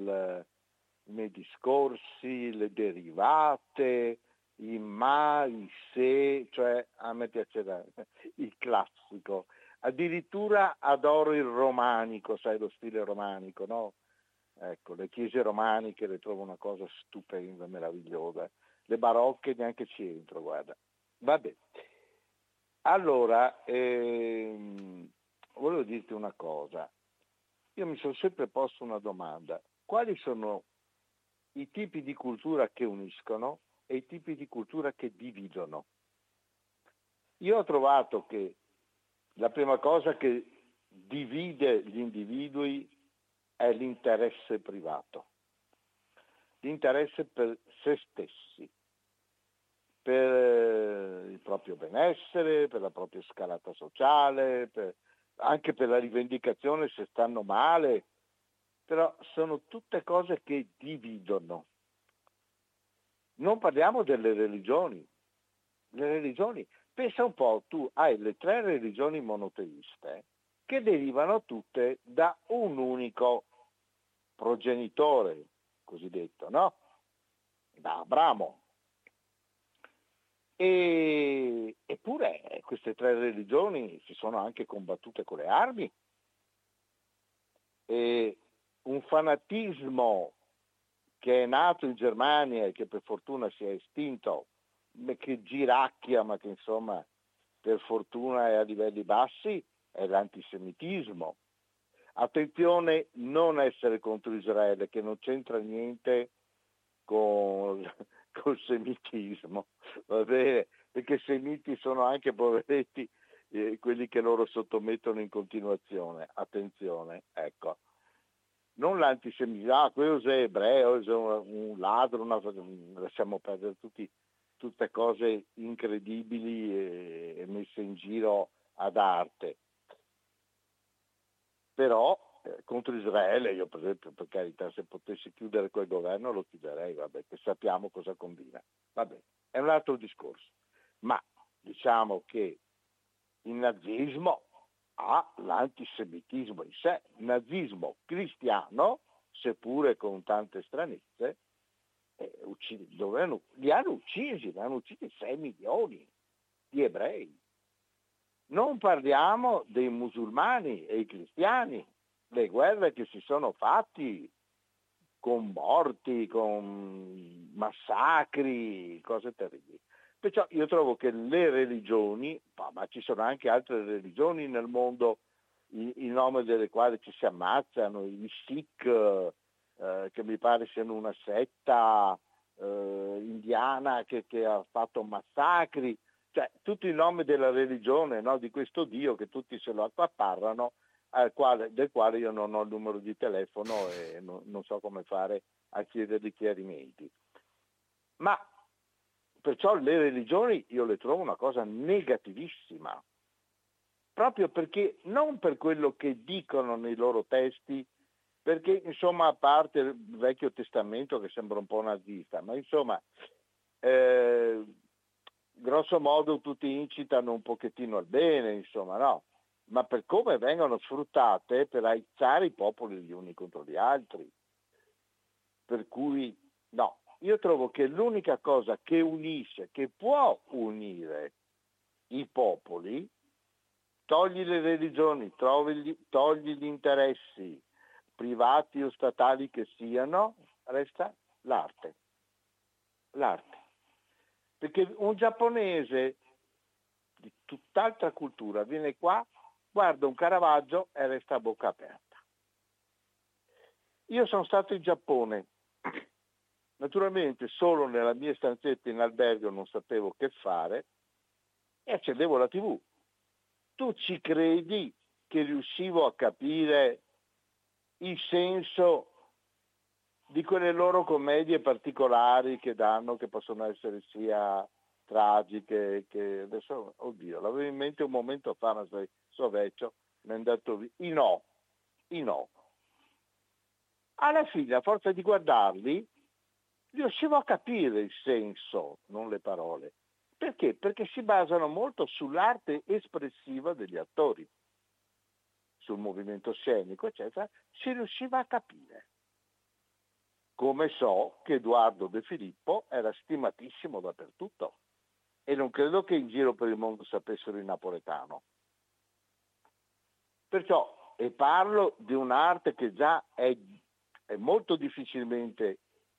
nei discorsi, le derivate, i ma, i se, cioè a me piace il classico. Addirittura adoro il romanico, sai, lo stile romanico, no? Ecco, le chiese romaniche le trovo una cosa stupenda, meravigliosa. Le barocche neanche ci entro, guarda. Vabbè. Allora, volevo dirti una cosa. Io mi sono sempre posto una domanda. Quali sono i tipi di cultura che uniscono e i tipi di cultura che dividono? Io ho trovato che la prima cosa che divide gli individui è l'interesse privato, l'interesse per se stessi, per il proprio benessere, per la propria scalata sociale, anche per la rivendicazione se stanno male, però sono tutte cose che dividono. Non parliamo delle religioni. Le religioni, pensa un po', tu hai le 3 religioni monoteiste che derivano tutte da un unico progenitore, cosiddetto, no? Da Abramo. Eppure queste 3 religioni si sono anche combattute con le armi. E un fanatismo che è nato in Germania e che per fortuna si è estinto, che giracchia, ma che insomma per fortuna è a livelli bassi, è l'antisemitismo. Attenzione, non essere contro Israele, che non c'entra niente col semitismo, va bene? Perché i semiti sono anche poveretti quelli che loro sottomettono in continuazione. Attenzione, ecco. Non l'antisemitismo, quello è ebreo, è un ladro, lasciamo perdere tutte cose incredibili e messe in giro ad arte. però contro Israele io per esempio, per carità, se potessi chiudere quel governo lo chiuderei, vabbè, che sappiamo cosa combina. Vabbè, è un altro discorso. Ma diciamo che il nazismo ha l'antisemitismo in sé, il nazismo cristiano, seppure con tante stranezze, li hanno uccisi 6 milioni di ebrei. Non parliamo dei musulmani e i cristiani, le guerre che si sono fatti con morti, con massacri, cose terribili. Perciò io trovo che le religioni, ma ci sono anche altre religioni nel mondo in nome delle quali ci si ammazzano, i Sikh, che mi pare siano una setta indiana che ha fatto massacri, cioè tutto in nome della religione, no? Di questo Dio che tutti se lo accaparrano, del quale io non ho il numero di telefono e non so come fare a chiedergli chiarimenti. Ma perciò le religioni io le trovo una cosa negativissima, proprio perché non per quello che dicono nei loro testi, perché insomma a parte il Vecchio Testamento che sembra un po' nazista, ma insomma grosso modo tutti incitano un pochettino al bene, insomma, no? Ma per come vengono sfruttate per aizzare i popoli gli uni contro gli altri. Per cui no, io trovo che l'unica cosa che unisce, che può unire i popoli, togli le religioni, togli gli interessi privati o statali che siano, resta l'arte. L'arte. Perché un giapponese di tutt'altra cultura viene qua, guarda un Caravaggio e resta a bocca aperta. Io sono stato in Giappone, naturalmente solo nella mia stanzetta in albergo non sapevo che fare e accendevo la TV. Tu ci credi che riuscivo a capire il senso di quelle loro commedie particolari che danno, che possono essere sia tragiche che adesso, oddio, l'avevo in mente un momento fa, ma so vecchio, mi è andato via. I no. Alla fine, a forza di guardarli, riuscivo a capire il senso, non le parole. Perché? Perché si basano molto sull'arte espressiva degli attori, sul movimento scenico, eccetera, si riusciva a capire. Come so che Edoardo De Filippo era stimatissimo dappertutto e non credo che in giro per il mondo sapessero il napoletano. Perciò, e parlo di un'arte che già è molto difficilmente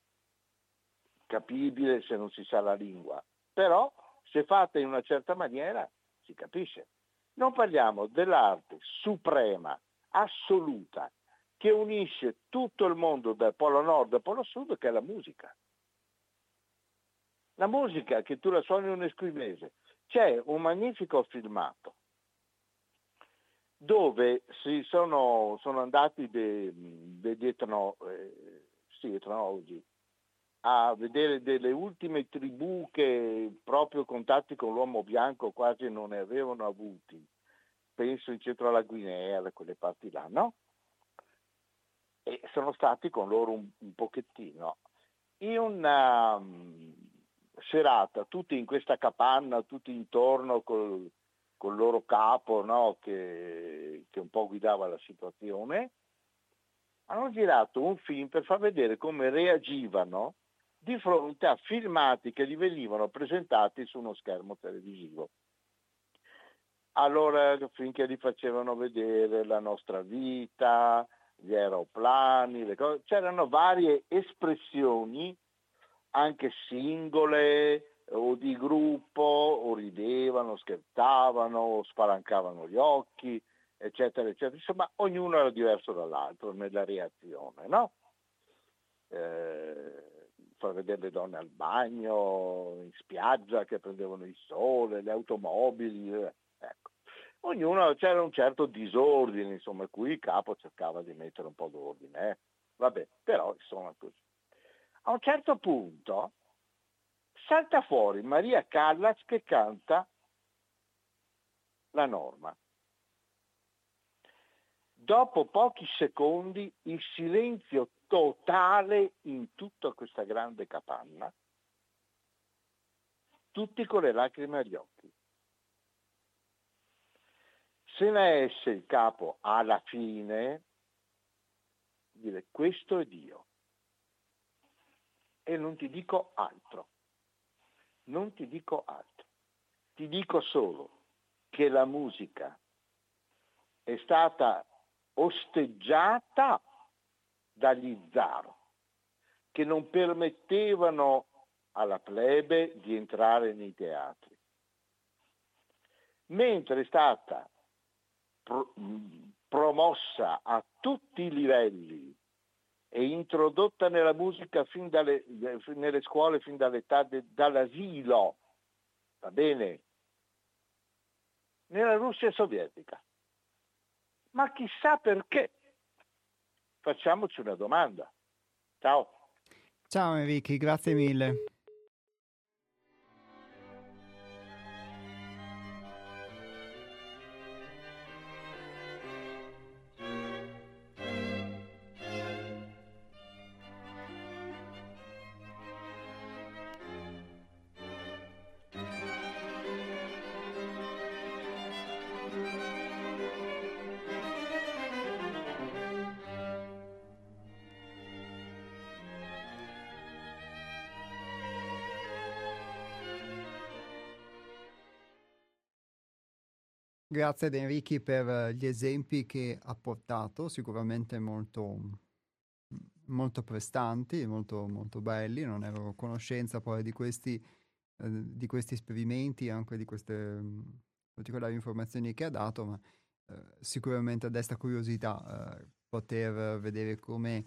capibile se non si sa la lingua, però se fatta in una certa maniera si capisce. Non parliamo dell'arte suprema, assoluta, che unisce tutto il mondo dal polo nord al polo sud, che è la musica. La musica che tu la suoni un esquimese. C'è un magnifico filmato dove sono andati degli etnologi a vedere delle ultime tribù che proprio contatti con l'uomo bianco quasi non ne avevano avuti. Penso in centro alla Guinea, da quelle parti là, no? E sono stati con loro un pochettino. In una serata, tutti in questa capanna, tutti intorno col loro capo, no? che un po' guidava la situazione, hanno girato un film per far vedere come reagivano di fronte a filmati che gli venivano presentati su uno schermo televisivo. Allora, finché gli facevano vedere la nostra vita, gli aeroplani, le cose, c'erano varie espressioni, anche singole o di gruppo, o ridevano, scherzavano, o spalancavano gli occhi, eccetera, eccetera. Insomma, ognuno era diverso dall'altro nella reazione, no? Far vedere le donne al bagno, in spiaggia che prendevano il sole, le automobili, ecco. Ognuno c'era un certo disordine, insomma, cui il capo cercava di mettere un po' d'ordine. Vabbè, però insomma così. A un certo punto salta fuori Maria Callas che canta La Norma. dopo pochi secondi il silenzio totale in tutta questa grande capanna, tutti con le lacrime agli occhi. Se ne esce il capo alla fine, dire questo è Dio. E non ti dico altro, non ti dico altro. Ti dico solo che la musica è stata osteggiata dagli zar, che non permettevano alla plebe di entrare nei teatri, mentre è stata promossa a tutti i livelli e introdotta nella musica nelle scuole fin dall'età dall'asilo, va bene, nella Russia sovietica. Ma chissà perché. Facciamoci una domanda. Ciao. Ciao Enrico, grazie mille. Grazie ad Enrico per gli esempi che ha portato, sicuramente molto prestanti, molto belli. Non ero a conoscenza poi di questi esperimenti, anche di queste particolari informazioni che ha dato, ma sicuramente desta curiosità poter vedere come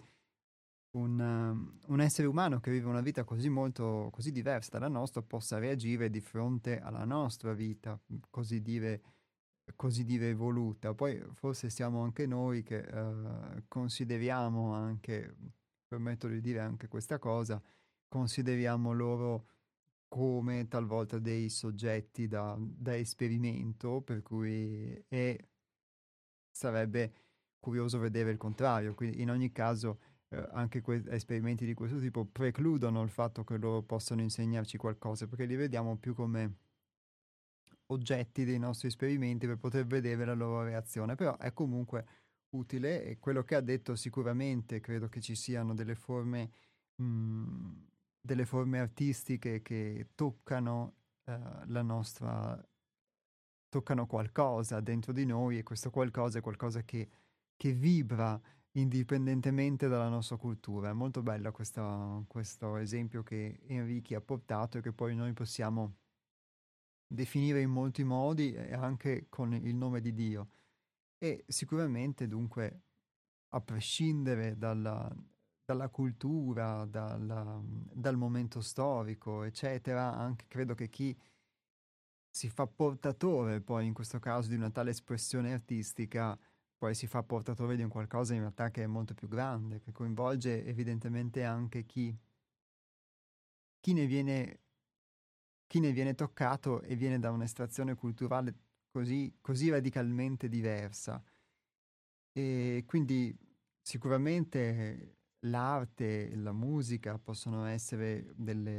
un essere umano che vive una vita così diversa dalla nostra possa reagire di fronte alla nostra vita, così dire evoluta. Poi forse siamo anche noi che consideriamo anche, permetto di dire anche questa cosa, consideriamo loro come talvolta dei soggetti da esperimento, per cui sarebbe curioso vedere il contrario. Quindi in ogni caso anche esperimenti di questo tipo precludono il fatto che loro possano insegnarci qualcosa, perché li vediamo più come oggetti dei nostri esperimenti per poter vedere la loro reazione, però è comunque utile e quello che ha detto sicuramente credo che ci siano mh, delle forme artistiche che la nostra, toccano qualcosa dentro di noi e questo qualcosa è qualcosa che vibra indipendentemente dalla nostra cultura. È molto bello questo esempio che Enrico ha portato e che poi noi possiamo definire in molti modi e anche con il nome di Dio. E sicuramente dunque, a prescindere dalla cultura, dal momento storico, eccetera, anche credo che chi si fa portatore poi in questo caso di una tale espressione artistica, poi si fa portatore di un qualcosa in realtà che è molto più grande, che coinvolge evidentemente anche chi ne viene chi ne viene toccato e viene da un'estrazione culturale così radicalmente diversa. E quindi sicuramente l'arte e la musica possono essere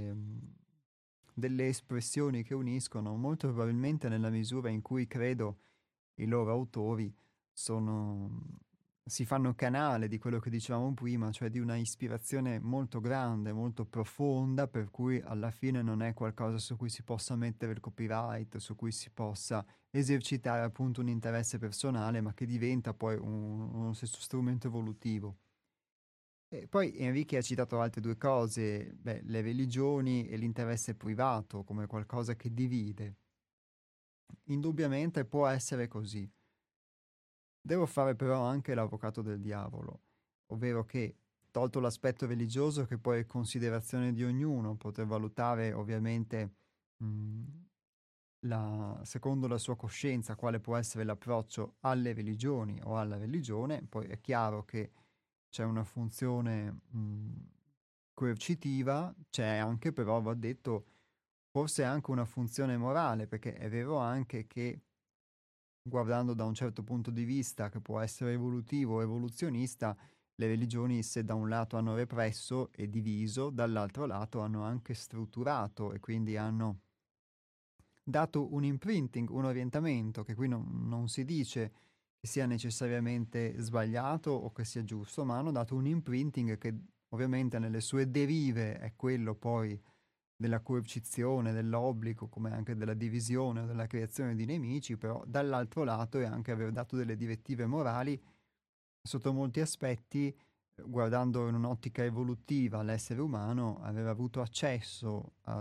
delle espressioni che uniscono, molto probabilmente nella misura in cui credo i loro autori sono, si fanno canale di quello che dicevamo prima, cioè di una ispirazione molto grande, molto profonda, per cui alla fine non è qualcosa su cui si possa mettere il copyright, su cui si possa esercitare appunto un interesse personale, ma che diventa poi uno stesso strumento evolutivo. E poi Enrique ha citato altre due cose, beh, le religioni e l'interesse privato come qualcosa che divide. Indubbiamente può essere così. Devo fare però anche l'avvocato del diavolo, ovvero che, tolto l'aspetto religioso che poi è considerazione di ognuno, poter valutare ovviamente mh, secondo la sua coscienza quale può essere l'approccio alle religioni o alla religione, poi è chiaro che c'è una funzione coercitiva, c'è anche però, va detto, forse anche una funzione morale, perché è vero anche che guardando da un certo punto di vista che può essere evolutivo o evoluzionista, le religioni, se da un lato hanno represso e diviso, dall'altro lato hanno anche strutturato e quindi hanno dato un imprinting, un orientamento, che qui non si dice che sia necessariamente sbagliato o che sia giusto, ma hanno dato un imprinting che ovviamente nelle sue derive è quello poi della coercizione, dell'obbligo, come anche della divisione o della creazione di nemici, però dall'altro lato è anche aver dato delle direttive morali sotto molti aspetti, guardando in un'ottica evolutiva l'essere umano, aveva avuto accesso a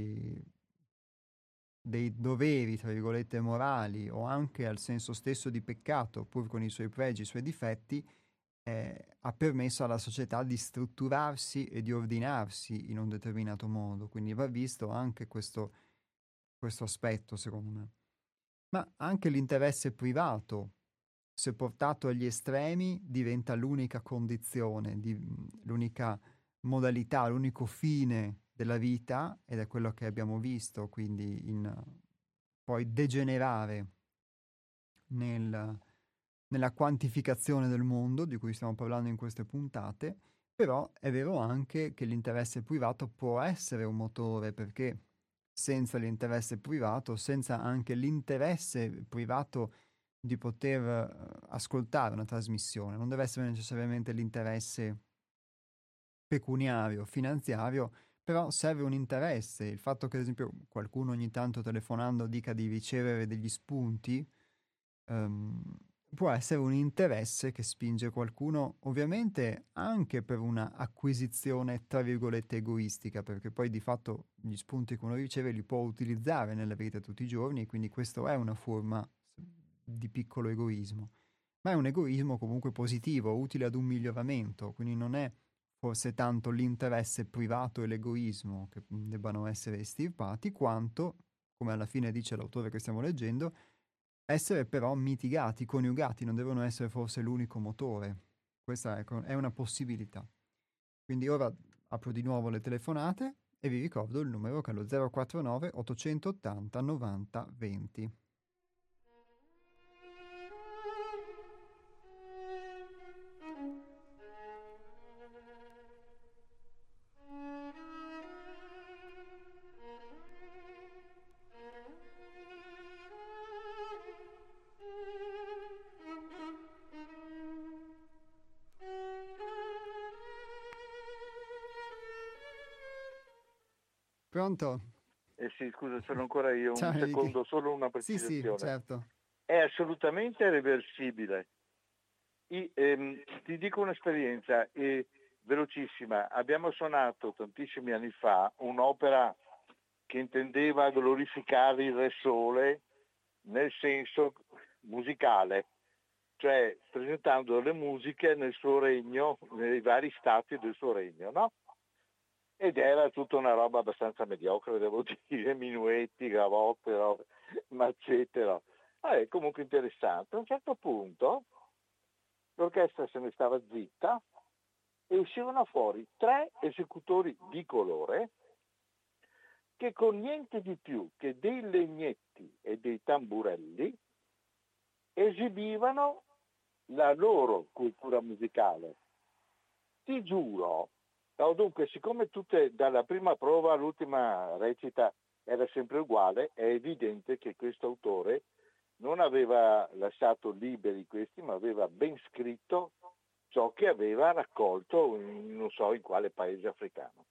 dei doveri, tra virgolette, morali o anche al senso stesso di peccato, pur con i suoi pregi e i suoi difetti, ha permesso alla società di strutturarsi e di ordinarsi in un determinato modo. Quindi va visto anche questo aspetto, secondo me. Ma anche l'interesse privato, se portato agli estremi, diventa l'unica condizione, l'unica modalità, l'unico fine della vita, ed è quello che abbiamo visto, quindi poi degenerare nel- nella quantificazione del mondo, di cui stiamo parlando in queste puntate, però è vero anche che l'interesse privato può essere un motore, perché senza l'interesse privato, senza anche l'interesse privato di poter ascoltare una trasmissione, non deve essere necessariamente l'interesse pecuniario, finanziario, però serve un interesse. Il fatto che, ad esempio, qualcuno ogni tanto telefonando dica di ricevere degli spunti, ehm, può essere un interesse che spinge qualcuno, ovviamente anche per una acquisizione, tra virgolette, egoistica, perché poi di fatto gli spunti che uno riceve li può utilizzare nella vita tutti i giorni, e quindi questo è una forma di piccolo egoismo. Ma è un egoismo comunque positivo, utile ad un miglioramento, quindi non è forse tanto l'interesse privato e l'egoismo che debbano essere estirpati, quanto, come alla fine dice l'autore che stiamo leggendo, essere però mitigati, coniugati, non devono essere forse l'unico motore. Questa è una possibilità. Quindi ora apro di nuovo le telefonate e vi ricordo il numero che è lo 049 880 90 20. Pronto? Eh sì, scusa, sono ancora io, Ciao un Enrico. secondo, solo una Sì, sì, precisazione. certo. È assolutamente reversibile. Ti dico un'esperienza velocissima. Abbiamo suonato tantissimi anni fa un'opera che intendeva glorificare il Re Sole nel senso musicale, cioè presentando le musiche nel suo regno, nei vari stati del suo regno, no? Ed era tutta una roba abbastanza mediocre, devo dire, minuetti, gavotte, mazzette, no. È comunque interessante. A un certo punto l'orchestra se ne stava zitta e uscivano fuori 3 esecutori di colore che con niente di più che dei legnetti e dei tamburelli esibivano la loro cultura musicale. Ti giuro. No, dunque, siccome tutte dalla prima prova all'ultima recita era sempre uguale, è evidente che questo autore non aveva lasciato liberi questi, ma aveva ben scritto ciò che aveva raccolto non so in quale paese africano.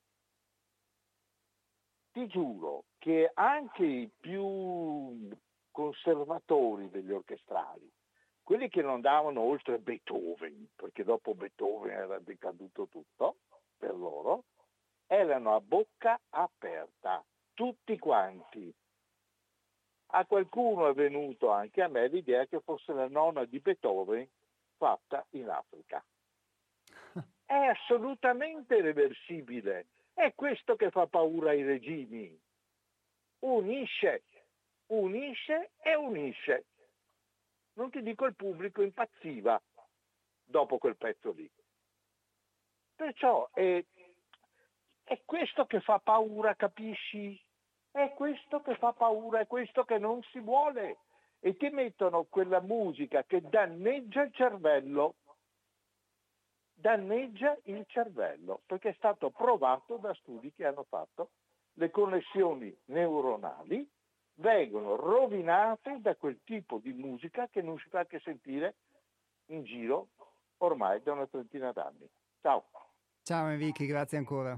Ti giuro che anche i più conservatori degli orchestrali, quelli che non andavano oltre Beethoven, perché dopo Beethoven era decaduto tutto per loro, erano a bocca aperta, tutti quanti. A qualcuno è venuto, anche a me, l'idea che fosse la nona di Beethoven fatta in Africa. È assolutamente reversibile. È questo che fa paura ai regimi. Unisce, unisce e unisce. Non ti dico il pubblico impazziva dopo quel pezzo lì. Perciò è questo che fa paura, capisci? È questo che fa paura, è questo che non si vuole. e ti mettono quella musica che danneggia il cervello, perché è stato provato da studi che hanno fatto. Le connessioni neuronali vengono rovinate da quel tipo di musica che non si fa che sentire in giro ormai da una trentina d'anni. Ciao. Ciao Enrico, grazie ancora.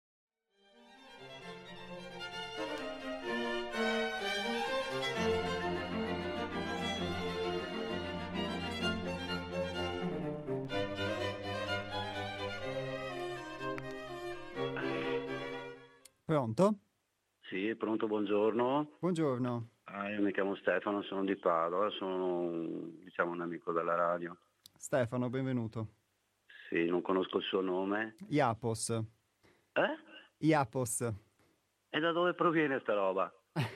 Pronto? Sì, pronto, buongiorno. Buongiorno. Io mi chiamo Stefano, sono di Padova, sono un amico della radio. Stefano, benvenuto. Sì, non conosco il suo nome. Iapos. Eh? Iapos. E da dove proviene sta roba?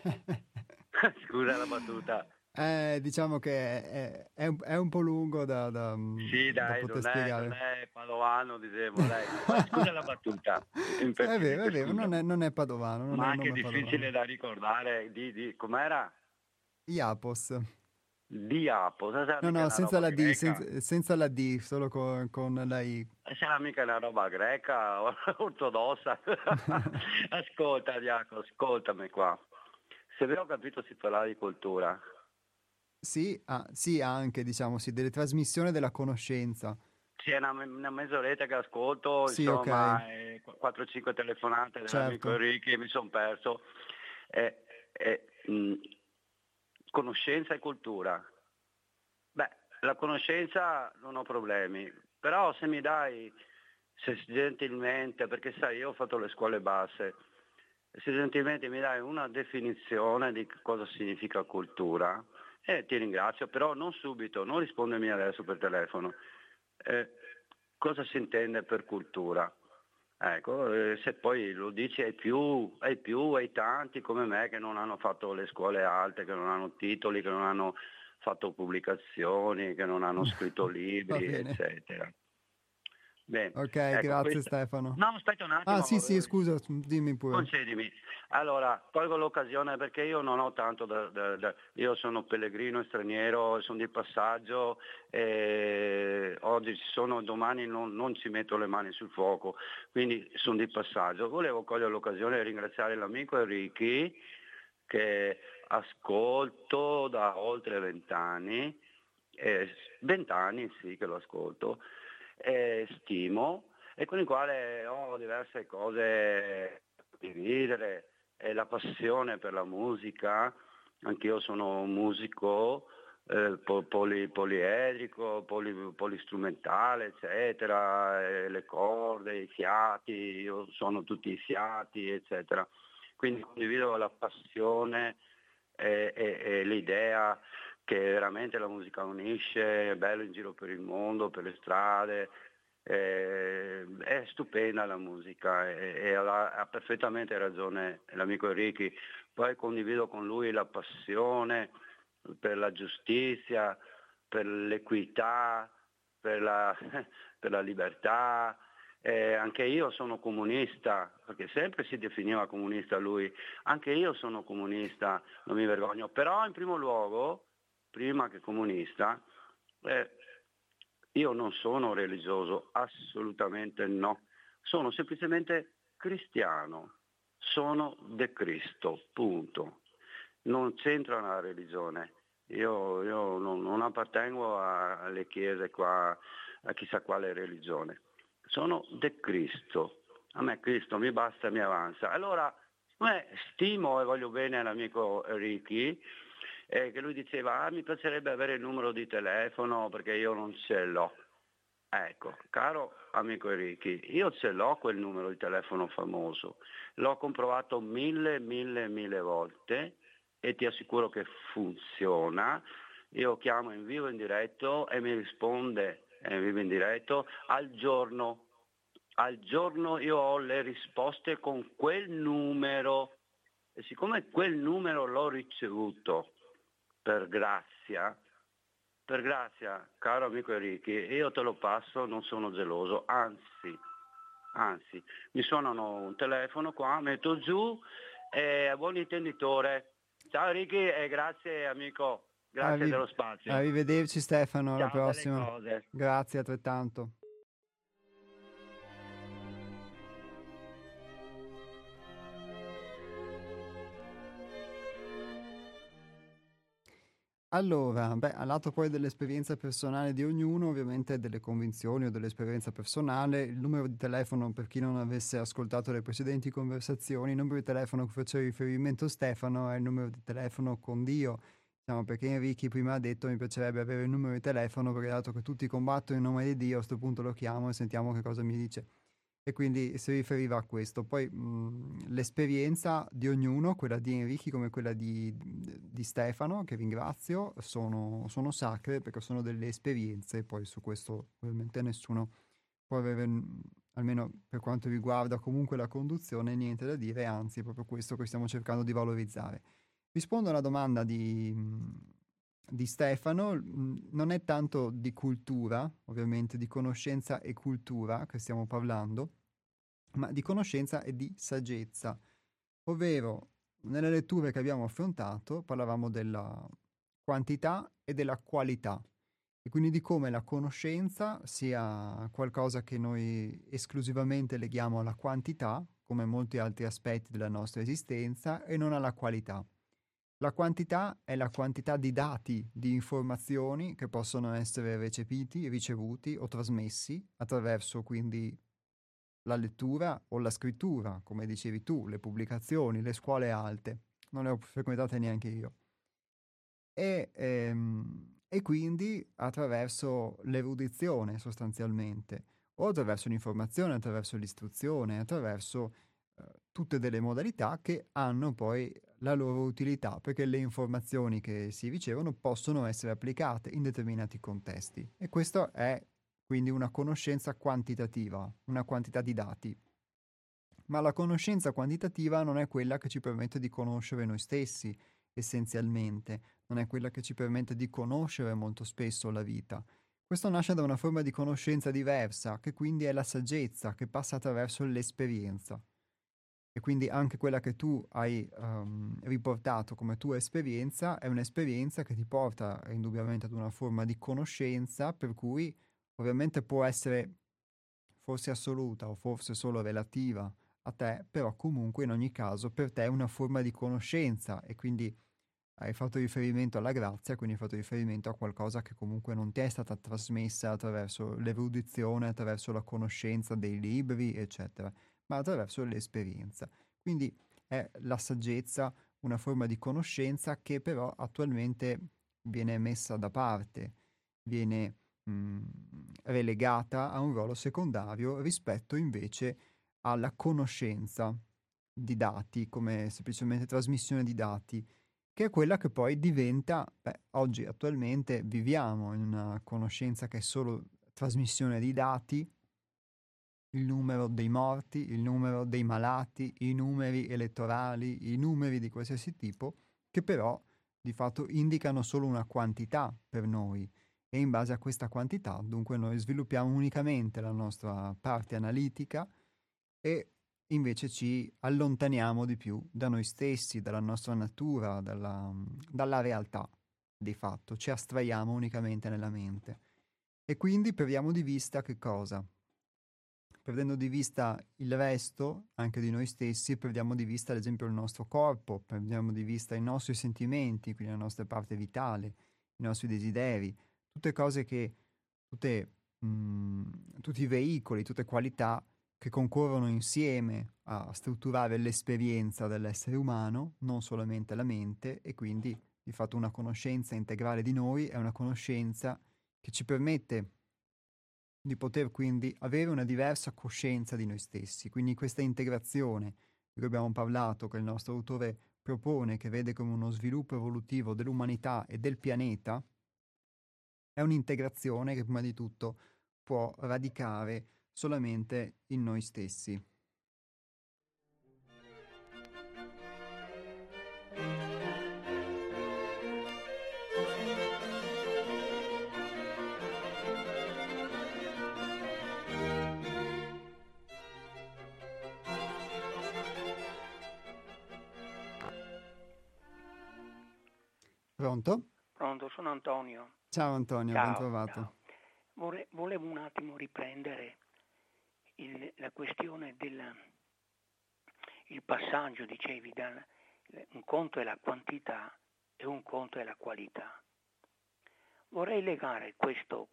Scusa la battuta. Diciamo che è un po' lungo da Sì, da dai, poter non spiegare. è padovano, dicevo, dai. Ma scusa la battuta. È Impertinente, vero, scusa. non è padovano, non Ma è un anche nome difficile padovano. da ricordare. Com'era? Iapos. Diapo, sarà No, mica no, una senza roba la D, greca? senza la D, solo con la I. Sarà mica una roba greca o ortodossa? Ascolta, Diaco, ascoltami qua. Se vi ho capito si parla di cultura. Sì, sì, anche, diciamo, sì, delle trasmissioni della conoscenza. C'è una mezz'oretta che ascolto, Sì, ok, insomma, 4-5 telefonate dell'amico certo. Enrico, mi sono perso. Eh, eh, mh, Conoscenza e cultura. Beh, la conoscenza non ho problemi, però se mi dai, se gentilmente, perché sai, io ho fatto le scuole basse, se gentilmente mi dai una definizione di cosa significa cultura, ti ringrazio, però non subito, non rispondermi adesso per telefono. Cosa si intende per cultura? Ecco, se poi lo dici ai tanti come me che non hanno fatto le scuole alte, che non hanno titoli, che non hanno fatto pubblicazioni, che non hanno scritto Va libri, bene. eccetera. Bene, Ok, ecco grazie questo. Stefano. No, aspetta un Ah, sì, attimo, sì, scusa, dimmi pure. concedimi. Allora, colgo l'occasione perché io non ho tanto io sono pellegrino e straniero, sono di passaggio, oggi ci sono, domani non ci metto le mani sul fuoco, quindi sono di passaggio. Volevo cogliere l'occasione e ringraziare l'amico Enrichi che ascolto da oltre 20 anni, 20 anni sì che lo ascolto, stimo e con il quale ho diverse cose da condividere, la passione per la musica, anch'io sono un musico poliedrico, polistrumentale, eccetera, le corde, i fiati, io suono tutti i fiati, eccetera. Quindi condivido la passione e l'idea che veramente la musica unisce, è bello in giro per il mondo, per le strade, è stupenda la musica e ha perfettamente ragione l'amico Enrichi. Poi condivido con lui la passione per la giustizia, per l'equità, per la, per la libertà. Anche io sono comunista, perché sempre si definiva comunista lui, anche io sono comunista, non mi vergogno, però in primo luogo, prima che comunista, io non sono religioso, assolutamente no, sono semplicemente cristiano, sono de Cristo, punto. Non c'entra la religione, io non appartengo alle chiese qua, a chissà quale religione, sono de Cristo, a me Cristo mi basta e mi avanza. Allora, siccome stimo e voglio bene all'amico Ricky, che lui diceva mi piacerebbe avere il numero di telefono perché io non ce l'ho. Ecco, caro amico Enrichi, io ce l'ho quel numero di telefono famoso, l'ho comprovato mille volte e ti assicuro che funziona. Io chiamo in vivo in diretto e mi risponde in vivo in diretto al giorno. Al giorno io ho le risposte con quel numero e siccome quel numero l'ho ricevuto per grazia, caro amico Enrichi, io te lo passo, non sono geloso, anzi, mi suonano un telefono qua, metto giù e buon intenditore. Ciao Enrichi e grazie amico. Grazie dello spazio. Arrivederci Stefano, alla Ciao, prossima. belle cose. Grazie altrettanto. Allora, al lato poi dell'esperienza personale di ognuno, ovviamente delle convinzioni o dell'esperienza personale, il numero di telefono, per chi non avesse ascoltato le precedenti conversazioni, il numero di telefono a cui faceva riferimento Stefano è il numero di telefono con Dio. Diciamo, perché Enrichi prima ha detto mi piacerebbe avere il numero di telefono, perché dato che tutti combattono in nome di Dio, a questo punto lo chiamo e sentiamo che cosa mi dice. E quindi si riferiva a questo. Poi l'esperienza di ognuno, quella di Enrichi come quella di Stefano, che ringrazio, sono sacre perché sono delle esperienze. Poi su questo ovviamente nessuno può avere, almeno per quanto riguarda comunque la conduzione, niente da dire, anzi è proprio questo che stiamo cercando di valorizzare. Rispondo alla domanda di Stefano, non è tanto di cultura, ovviamente di conoscenza e cultura che stiamo parlando, ma di conoscenza e di saggezza, ovvero nelle letture che abbiamo affrontato parlavamo della quantità e della qualità, e quindi di come la conoscenza sia qualcosa che noi esclusivamente leghiamo alla quantità, come molti altri aspetti della nostra esistenza, e non alla qualità. La quantità è la quantità di dati, di informazioni che possono essere recepiti, ricevuti o trasmessi attraverso quindi la lettura o la scrittura, come dicevi tu, le pubblicazioni, le scuole alte. Non le ho frequentate neanche io. E quindi attraverso l'erudizione sostanzialmente, o attraverso l'informazione, attraverso l'istruzione, attraverso tutte delle modalità che hanno poi la loro utilità, perché le informazioni che si ricevono possono essere applicate in determinati contesti. E questo è quindi una conoscenza quantitativa, una quantità di dati. Ma la conoscenza quantitativa non è quella che ci permette di conoscere noi stessi, essenzialmente, non è quella che ci permette di conoscere molto spesso la vita. Questo nasce da una forma di conoscenza diversa, che quindi è la saggezza, che passa attraverso l'esperienza. E quindi anche quella che tu hai riportato come tua esperienza è un'esperienza che ti porta indubbiamente ad una forma di conoscenza, per cui ovviamente può essere forse assoluta o forse solo relativa a te, però comunque in ogni caso per te è una forma di conoscenza, e quindi hai fatto riferimento alla grazia, quindi hai fatto riferimento a qualcosa che comunque non ti è stata trasmessa attraverso l'erudizione, attraverso la conoscenza dei libri, eccetera, ma attraverso l'esperienza. Quindi è la saggezza una forma di conoscenza che però attualmente viene messa da parte, viene relegata a un ruolo secondario rispetto invece alla conoscenza di dati, come semplicemente trasmissione di dati, che è quella che poi diventa, oggi attualmente viviamo in una conoscenza che è solo trasmissione di dati, il numero dei morti, il numero dei malati, i numeri elettorali, i numeri di qualsiasi tipo, che però di fatto indicano solo una quantità per noi, e in base a questa quantità dunque noi sviluppiamo unicamente la nostra parte analitica e invece ci allontaniamo di più da noi stessi, dalla nostra natura, dalla realtà di fatto, ci astraiamo unicamente nella mente. E quindi perdiamo di vista che cosa? Perdendo di vista il resto, anche di noi stessi, perdiamo di vista ad esempio il nostro corpo, perdiamo di vista i nostri sentimenti, quindi la nostra parte vitale, i nostri desideri, tutte cose che, tutti i veicoli, tutte qualità che concorrono insieme a strutturare l'esperienza dell'essere umano, non solamente la mente, e quindi di fatto una conoscenza integrale di noi è una conoscenza che ci permette di poter quindi avere una diversa coscienza di noi stessi. Quindi questa integrazione di cui abbiamo parlato, che il nostro autore propone, che vede come uno sviluppo evolutivo dell'umanità e del pianeta, è un'integrazione che prima di tutto può radicare solamente in noi stessi. Pronto? Pronto, sono Antonio. Ciao Antonio, ben trovato. Ciao. Volevo un attimo riprendere la questione il passaggio, dicevi, un conto è la quantità e un conto è la qualità. Vorrei legare questo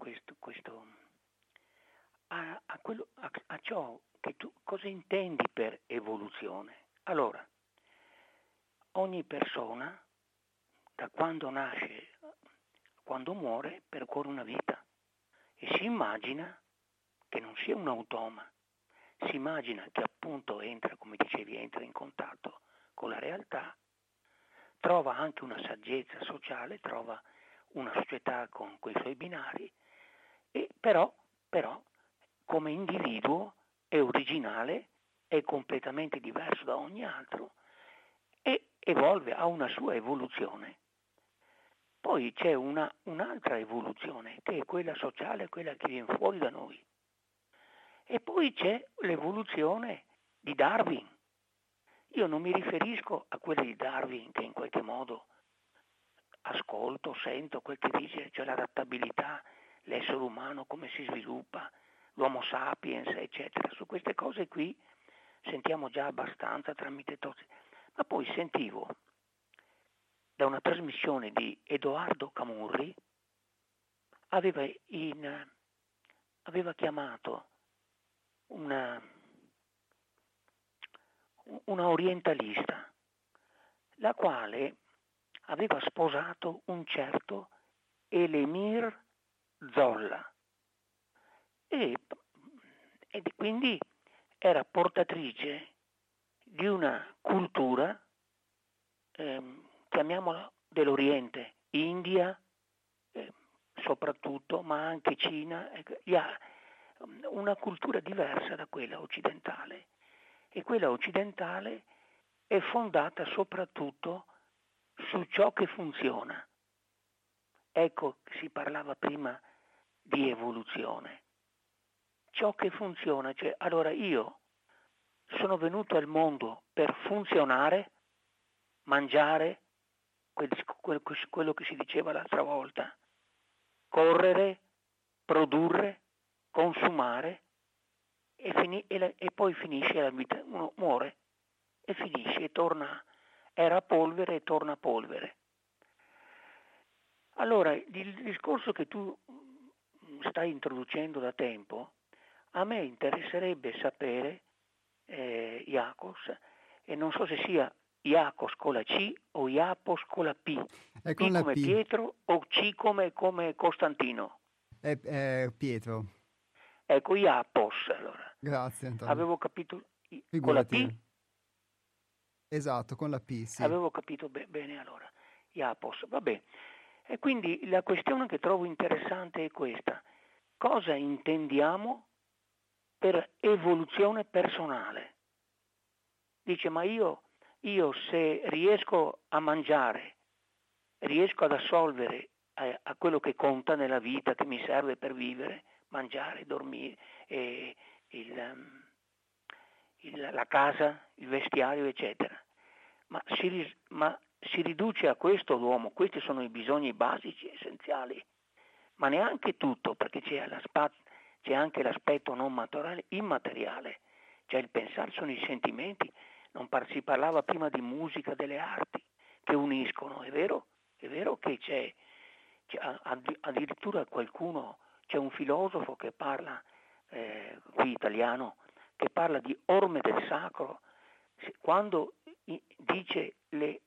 a ciò che tu cosa intendi per evoluzione. Allora, ogni persona, da quando nasce, quando muore, percorre una vita e si immagina che non sia un automa, si immagina che appunto entra, come dicevi, entra in contatto con la realtà, trova anche una saggezza sociale, trova una società con quei suoi binari, e però come individuo è originale, è completamente diverso da ogni altro e evolve, ha una sua evoluzione. Poi c'è un'altra evoluzione, che è quella sociale, quella che viene fuori da noi. E poi c'è l'evoluzione di Darwin. Io non mi riferisco a quella di Darwin, che in qualche modo ascolto, sento quel che dice, cioè l'adattabilità, l'essere umano, come si sviluppa, l'Homo sapiens, eccetera. Su queste cose qui sentiamo già abbastanza tramite Tozzi. Ma poi sentivo da una trasmissione di Edoardo Camurri, aveva chiamato una orientalista, la quale aveva sposato un certo Elemir Zolla e quindi era portatrice di una cultura, chiamiamola dell'Oriente, India soprattutto, ma anche Cina, una cultura diversa da quella occidentale, e quella occidentale è fondata soprattutto su ciò che funziona. Ecco, si parlava prima di evoluzione. Ciò che funziona, cioè, allora io sono venuto al mondo per funzionare, mangiare, quello che si diceva l'altra volta, correre, produrre, consumare, e poi finisce la vita, uno muore e finisce e torna, era polvere e torna polvere. Allora, il discorso che tu stai introducendo da tempo, a me interesserebbe sapere, Iacos, e non so se sia Iacos con la C o Iapos con la P. È con P la come P. Pietro o C come Costantino? È Pietro. Ecco, Iapos, allora. Grazie Antonio. Avevo capito Figurati. con la P? Esatto, con la P, sì. Avevo capito bene allora. Iapos, vabbè. E quindi la questione che trovo interessante è questa. Cosa intendiamo per evoluzione personale? Dice, ma io se riesco a mangiare, riesco ad assolvere a quello che conta nella vita, che mi serve per vivere, mangiare, dormire, la casa, il vestiario, eccetera. Ma si riduce a questo l'uomo, questi sono i bisogni basici, essenziali, ma neanche tutto, perché c'è anche l'aspetto non materiale, immateriale, cioè il pensare, sono i sentimenti. Si parlava prima di musica, delle arti che uniscono, è vero che c'è addirittura qualcuno, c'è un filosofo che parla, qui italiano, che parla di orme del sacro, quando dice le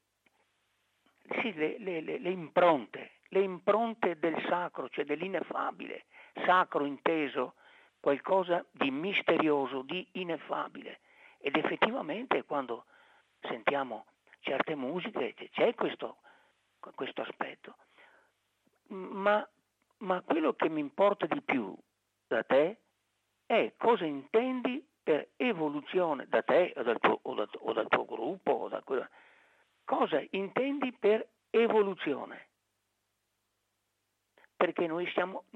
impronte del sacro, cioè dell'ineffabile, sacro inteso qualcosa di misterioso, di ineffabile, ed effettivamente quando sentiamo certe musiche c'è questo aspetto, ma quello che mi importa di più da te è cosa intendi per evoluzione, da te o dal tuo gruppo o da quello. Cosa intendi per evoluzione? Perché noi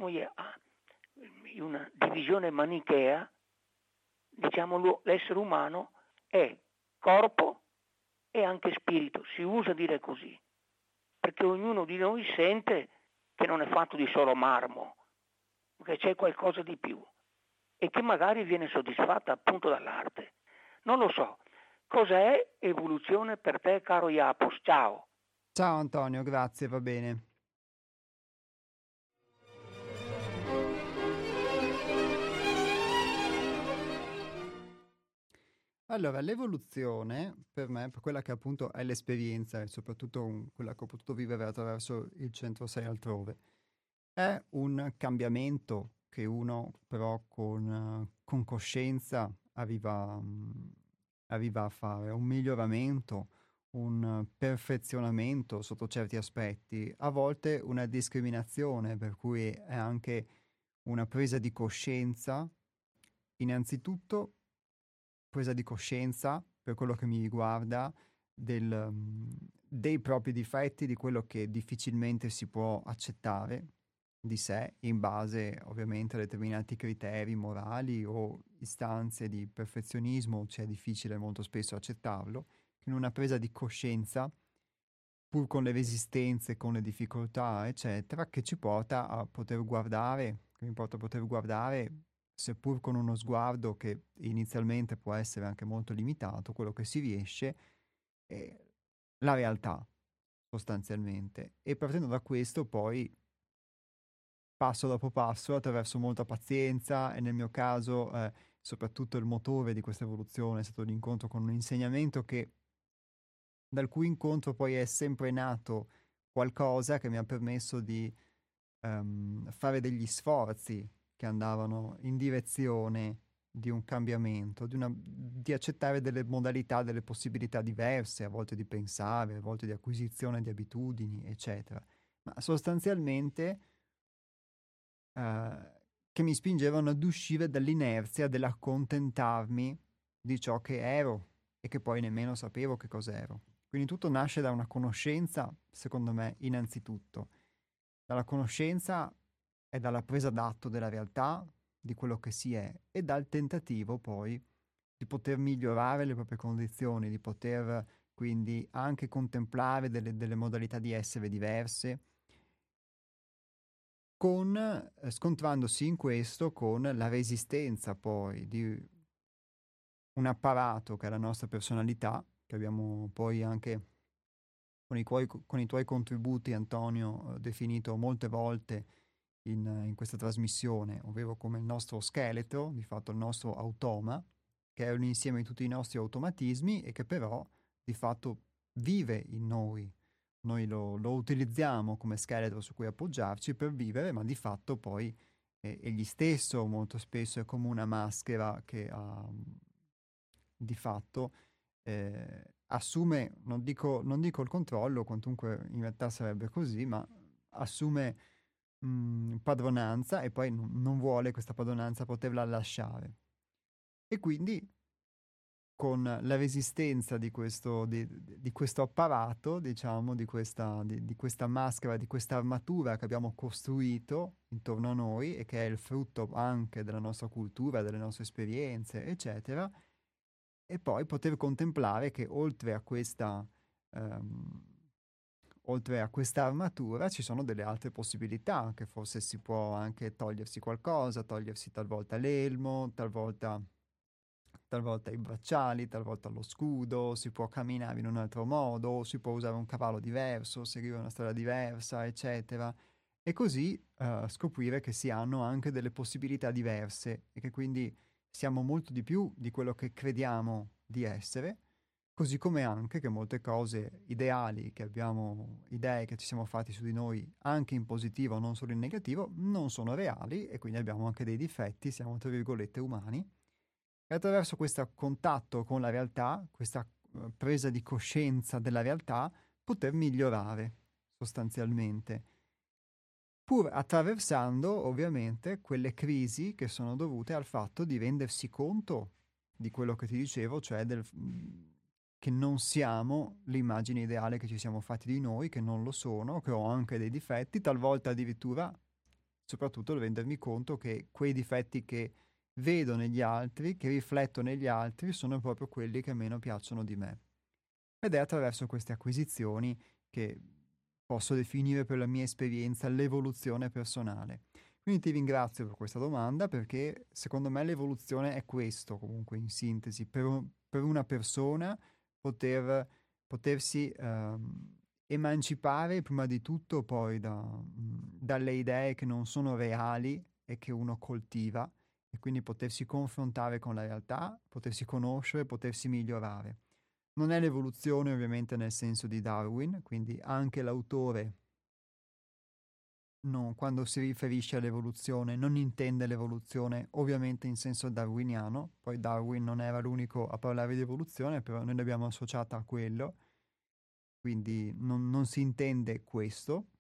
in una divisione manichea, diciamo, l'essere umano è corpo e anche spirito, si usa dire così. perché ognuno di noi sente che non è fatto di solo marmo, che c'è qualcosa di più e che magari viene soddisfatta appunto dall'arte. Non lo so. Cosa è evoluzione per te, caro Iapos? Ciao. Ciao Antonio, grazie, va bene. Allora, l'evoluzione per me, per quella che appunto è l'esperienza e soprattutto quella che ho potuto vivere attraverso il Centro 6 altrove, è un cambiamento che uno però con coscienza arriva a fare, un miglioramento, un perfezionamento sotto certi aspetti, a volte una discriminazione, per cui è anche una presa di coscienza, innanzitutto presa di coscienza, per quello che mi riguarda, dei propri difetti, di quello che difficilmente si può accettare di sé, in base ovviamente a determinati criteri morali o istanze di perfezionismo, cioè è difficile molto spesso accettarlo, in una presa di coscienza, pur con le resistenze, con le difficoltà, eccetera, che ci porta a poter guardare, che mi porta a poter guardare, seppur con uno sguardo che inizialmente può essere anche molto limitato, quello che si riesce è la realtà, sostanzialmente. E partendo da questo poi, passo dopo passo, attraverso molta pazienza e nel mio caso, soprattutto il motore di questa evoluzione è stato l'incontro con un insegnamento che dal cui incontro poi è sempre nato qualcosa che mi ha permesso di fare degli sforzi che andavano in direzione di un cambiamento, di accettare delle modalità, delle possibilità diverse, a volte di pensare, a volte di acquisizione di abitudini, eccetera. Ma sostanzialmente che mi spingevano ad uscire dall'inerzia dell'accontentarmi di ciò che ero e che poi nemmeno sapevo che cos'ero. Quindi tutto nasce da una conoscenza, secondo me, innanzitutto. Dalla conoscenza e dalla presa d'atto della realtà, di quello che si è, e dal tentativo poi di poter migliorare le proprie condizioni, di poter quindi anche contemplare delle modalità di essere diverse, scontrandosi in questo con la resistenza poi di un apparato che è la nostra personalità, che abbiamo poi anche con i tuoi contributi, Antonio, definito molte volte in questa trasmissione, ovvero come il nostro scheletro, di fatto il nostro automa, che è un insieme di tutti i nostri automatismi e che però di fatto vive in noi. Noi lo utilizziamo come scheletro su cui appoggiarci per vivere, ma di fatto poi egli stesso molto spesso è come una maschera che di fatto assume, non dico il controllo, quantunque in realtà sarebbe così, ma assume padronanza e poi non vuole questa padronanza poterla lasciare. E quindi con la resistenza di questo apparato, diciamo, di questa maschera, di questa armatura che abbiamo costruito intorno a noi e che è il frutto anche della nostra cultura, delle nostre esperienze, eccetera, e poi poter contemplare che ehm, oltre a questa armatura ci sono delle altre possibilità, che forse si può anche togliersi qualcosa, togliersi talvolta l'elmo, talvolta i bracciali, talvolta lo scudo, si può camminare in un altro modo, si può usare un cavallo diverso, seguire una strada diversa, eccetera. E così scoprire che si hanno anche delle possibilità diverse e che quindi siamo molto di più di quello che crediamo di essere, così come anche che molte cose ideali che abbiamo, idee che ci siamo fatti su di noi, anche in positivo, non solo in negativo, non sono reali e quindi abbiamo anche dei difetti, siamo tra virgolette umani. E attraverso questo contatto con la realtà, questa presa di coscienza della realtà, poter migliorare sostanzialmente, pur attraversando ovviamente quelle crisi che sono dovute al fatto di rendersi conto di quello che ti dicevo, cioè che non siamo l'immagine ideale che ci siamo fatti di noi, che non lo sono, che ho anche dei difetti, talvolta addirittura, soprattutto il rendermi conto che quei difetti che vedo negli altri, che rifletto negli altri, sono proprio quelli che meno piacciono di me. Ed è attraverso queste acquisizioni che posso definire per la mia esperienza l'evoluzione personale? Quindi ti ringrazio per questa domanda, perché secondo me l'evoluzione è questo, comunque in sintesi, per una persona potersi emancipare prima di tutto poi dalle idee che non sono reali e che uno coltiva, e quindi potersi confrontare con la realtà, potersi conoscere, potersi migliorare. Non è l'evoluzione ovviamente nel senso di Darwin, quindi anche l'autore quando si riferisce all'evoluzione non intende l'evoluzione ovviamente in senso darwiniano, poi Darwin non era l'unico a parlare di evoluzione, però noi l'abbiamo associata a quello, quindi non si intende questo,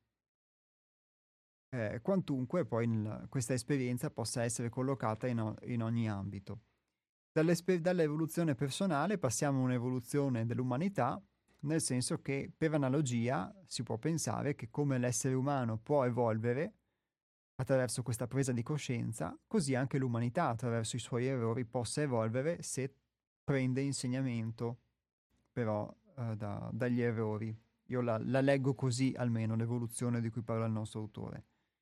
quantunque poi questa esperienza possa essere collocata in ogni ambito. Dall'evoluzione personale passiamo a un'evoluzione dell'umanità, nel senso che per analogia si può pensare che come l'essere umano può evolvere attraverso questa presa di coscienza, così anche l'umanità attraverso i suoi errori possa evolvere se prende insegnamento però dagli errori. Io la leggo così almeno, l'evoluzione di cui parla il nostro autore.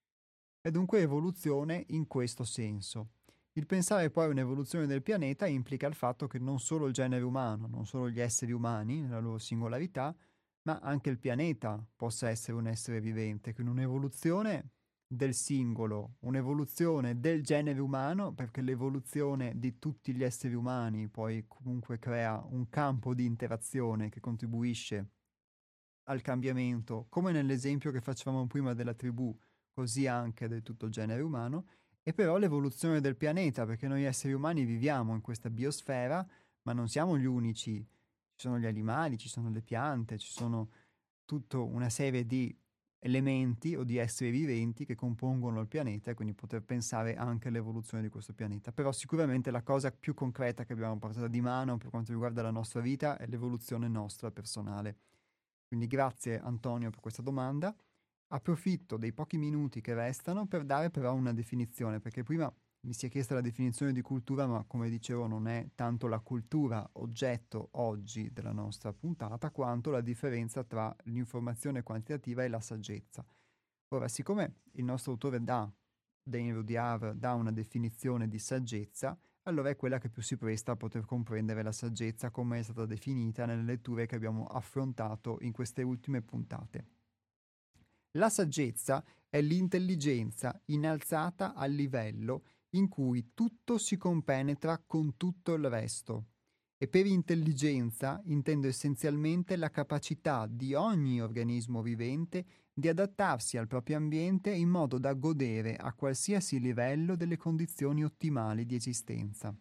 E dunque evoluzione in questo senso. Il pensare poi a un'evoluzione del pianeta implica il fatto che non solo il genere umano, non solo gli esseri umani nella loro singolarità, ma anche il pianeta possa essere un essere vivente, quindi un'evoluzione del singolo, un'evoluzione del genere umano, perché l'evoluzione di tutti gli esseri umani poi comunque crea un campo di interazione che contribuisce al cambiamento, come nell'esempio che facevamo prima della tribù, così anche del tutto il genere umano, e però l'evoluzione del pianeta, perché noi esseri umani viviamo in questa biosfera, ma non siamo gli unici. Ci sono gli animali, ci sono le piante, ci sono tutta una serie di elementi o di esseri viventi che compongono il pianeta, e quindi poter pensare anche all'evoluzione di questo pianeta. Però sicuramente la cosa più concreta che abbiamo portato di mano per quanto riguarda la nostra vita è l'evoluzione nostra personale. Quindi grazie Antonio per questa domanda. Approfitto dei pochi minuti che restano per dare però una definizione, perché prima mi si è chiesta la definizione di cultura, ma come dicevo non è tanto la cultura oggetto oggi della nostra puntata, quanto la differenza tra l'informazione quantitativa e la saggezza. Ora, siccome il nostro autore Dane Rudyard dà una definizione di saggezza, allora è quella che più si presta a poter comprendere la saggezza come è stata definita nelle letture che abbiamo affrontato in queste ultime puntate. La saggezza è l'intelligenza innalzata al livello in cui tutto si compenetra con tutto il resto. E per intelligenza intendo essenzialmente la capacità di ogni organismo vivente di adattarsi al proprio ambiente in modo da godere a qualsiasi livello delle condizioni ottimali di esistenza.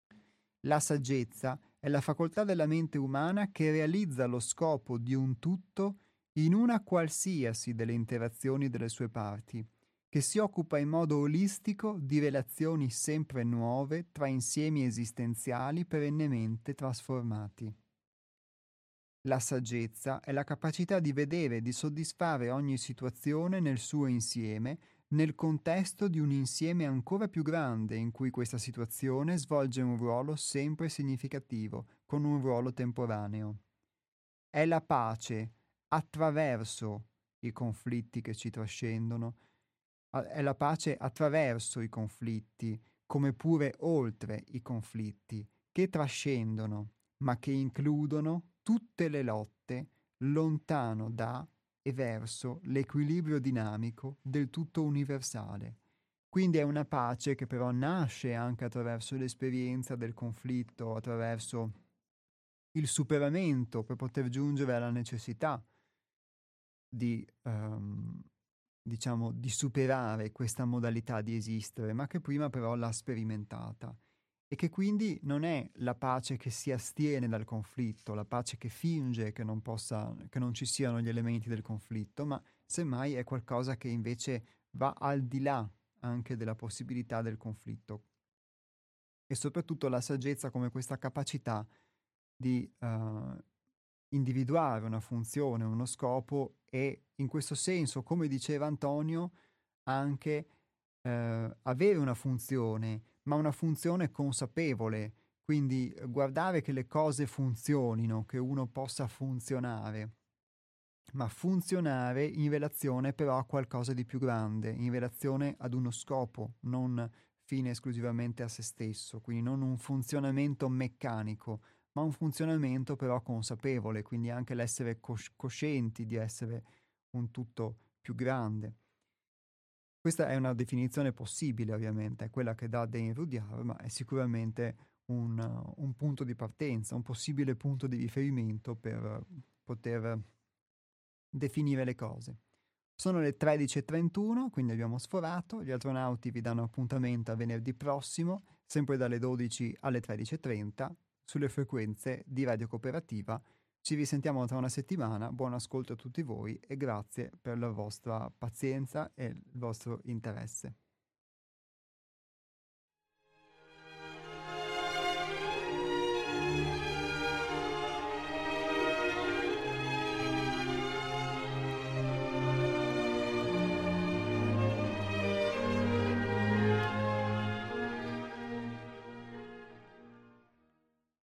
La saggezza è la facoltà della mente umana che realizza lo scopo di un tutto in una qualsiasi delle interazioni delle sue parti, che si occupa in modo olistico di relazioni sempre nuove tra insiemi esistenziali perennemente trasformati. La saggezza è la capacità di vedere e di soddisfare ogni situazione nel suo insieme, nel contesto di un insieme ancora più grande in cui questa situazione svolge un ruolo sempre significativo, con un ruolo temporaneo. È la pace attraverso i conflitti che ci trascendono, è la pace attraverso i conflitti, come pure oltre i conflitti, che trascendono, ma che includono tutte le lotte lontano da e verso l'equilibrio dinamico del tutto universale. Quindi è una pace che però nasce anche attraverso l'esperienza del conflitto, attraverso il superamento per poter giungere alla necessità di, diciamo, di superare questa modalità di esistere, ma che prima però l'ha sperimentata. E che quindi non è la pace che si astiene dal conflitto, la pace che finge che non ci siano gli elementi del conflitto, ma semmai è qualcosa che invece va al di là anche della possibilità del conflitto. E soprattutto la saggezza come questa capacità di individuare una funzione, uno scopo, e in questo senso, come diceva Antonio, anche avere una funzione, ma una funzione consapevole, quindi guardare che le cose funzionino, che uno possa funzionare. ma funzionare in relazione però a qualcosa di più grande, in relazione ad uno scopo, non fine esclusivamente a se stesso, quindi non un funzionamento meccanico, ma un funzionamento però consapevole, quindi anche l'essere coscienti di essere un tutto più grande. Questa è una definizione possibile, ovviamente, è quella che dà Dane Rudyard, ma è sicuramente un punto di partenza, un possibile punto di riferimento per poter definire le cose. Sono le 13:31, quindi abbiamo sforato. Gli astronauti vi danno appuntamento a venerdì prossimo, sempre dalle 12 alle 13:30, sulle frequenze di Radio Cooperativa. Ci risentiamo tra una settimana. Buon ascolto a tutti voi e grazie per la vostra pazienza e il vostro interesse.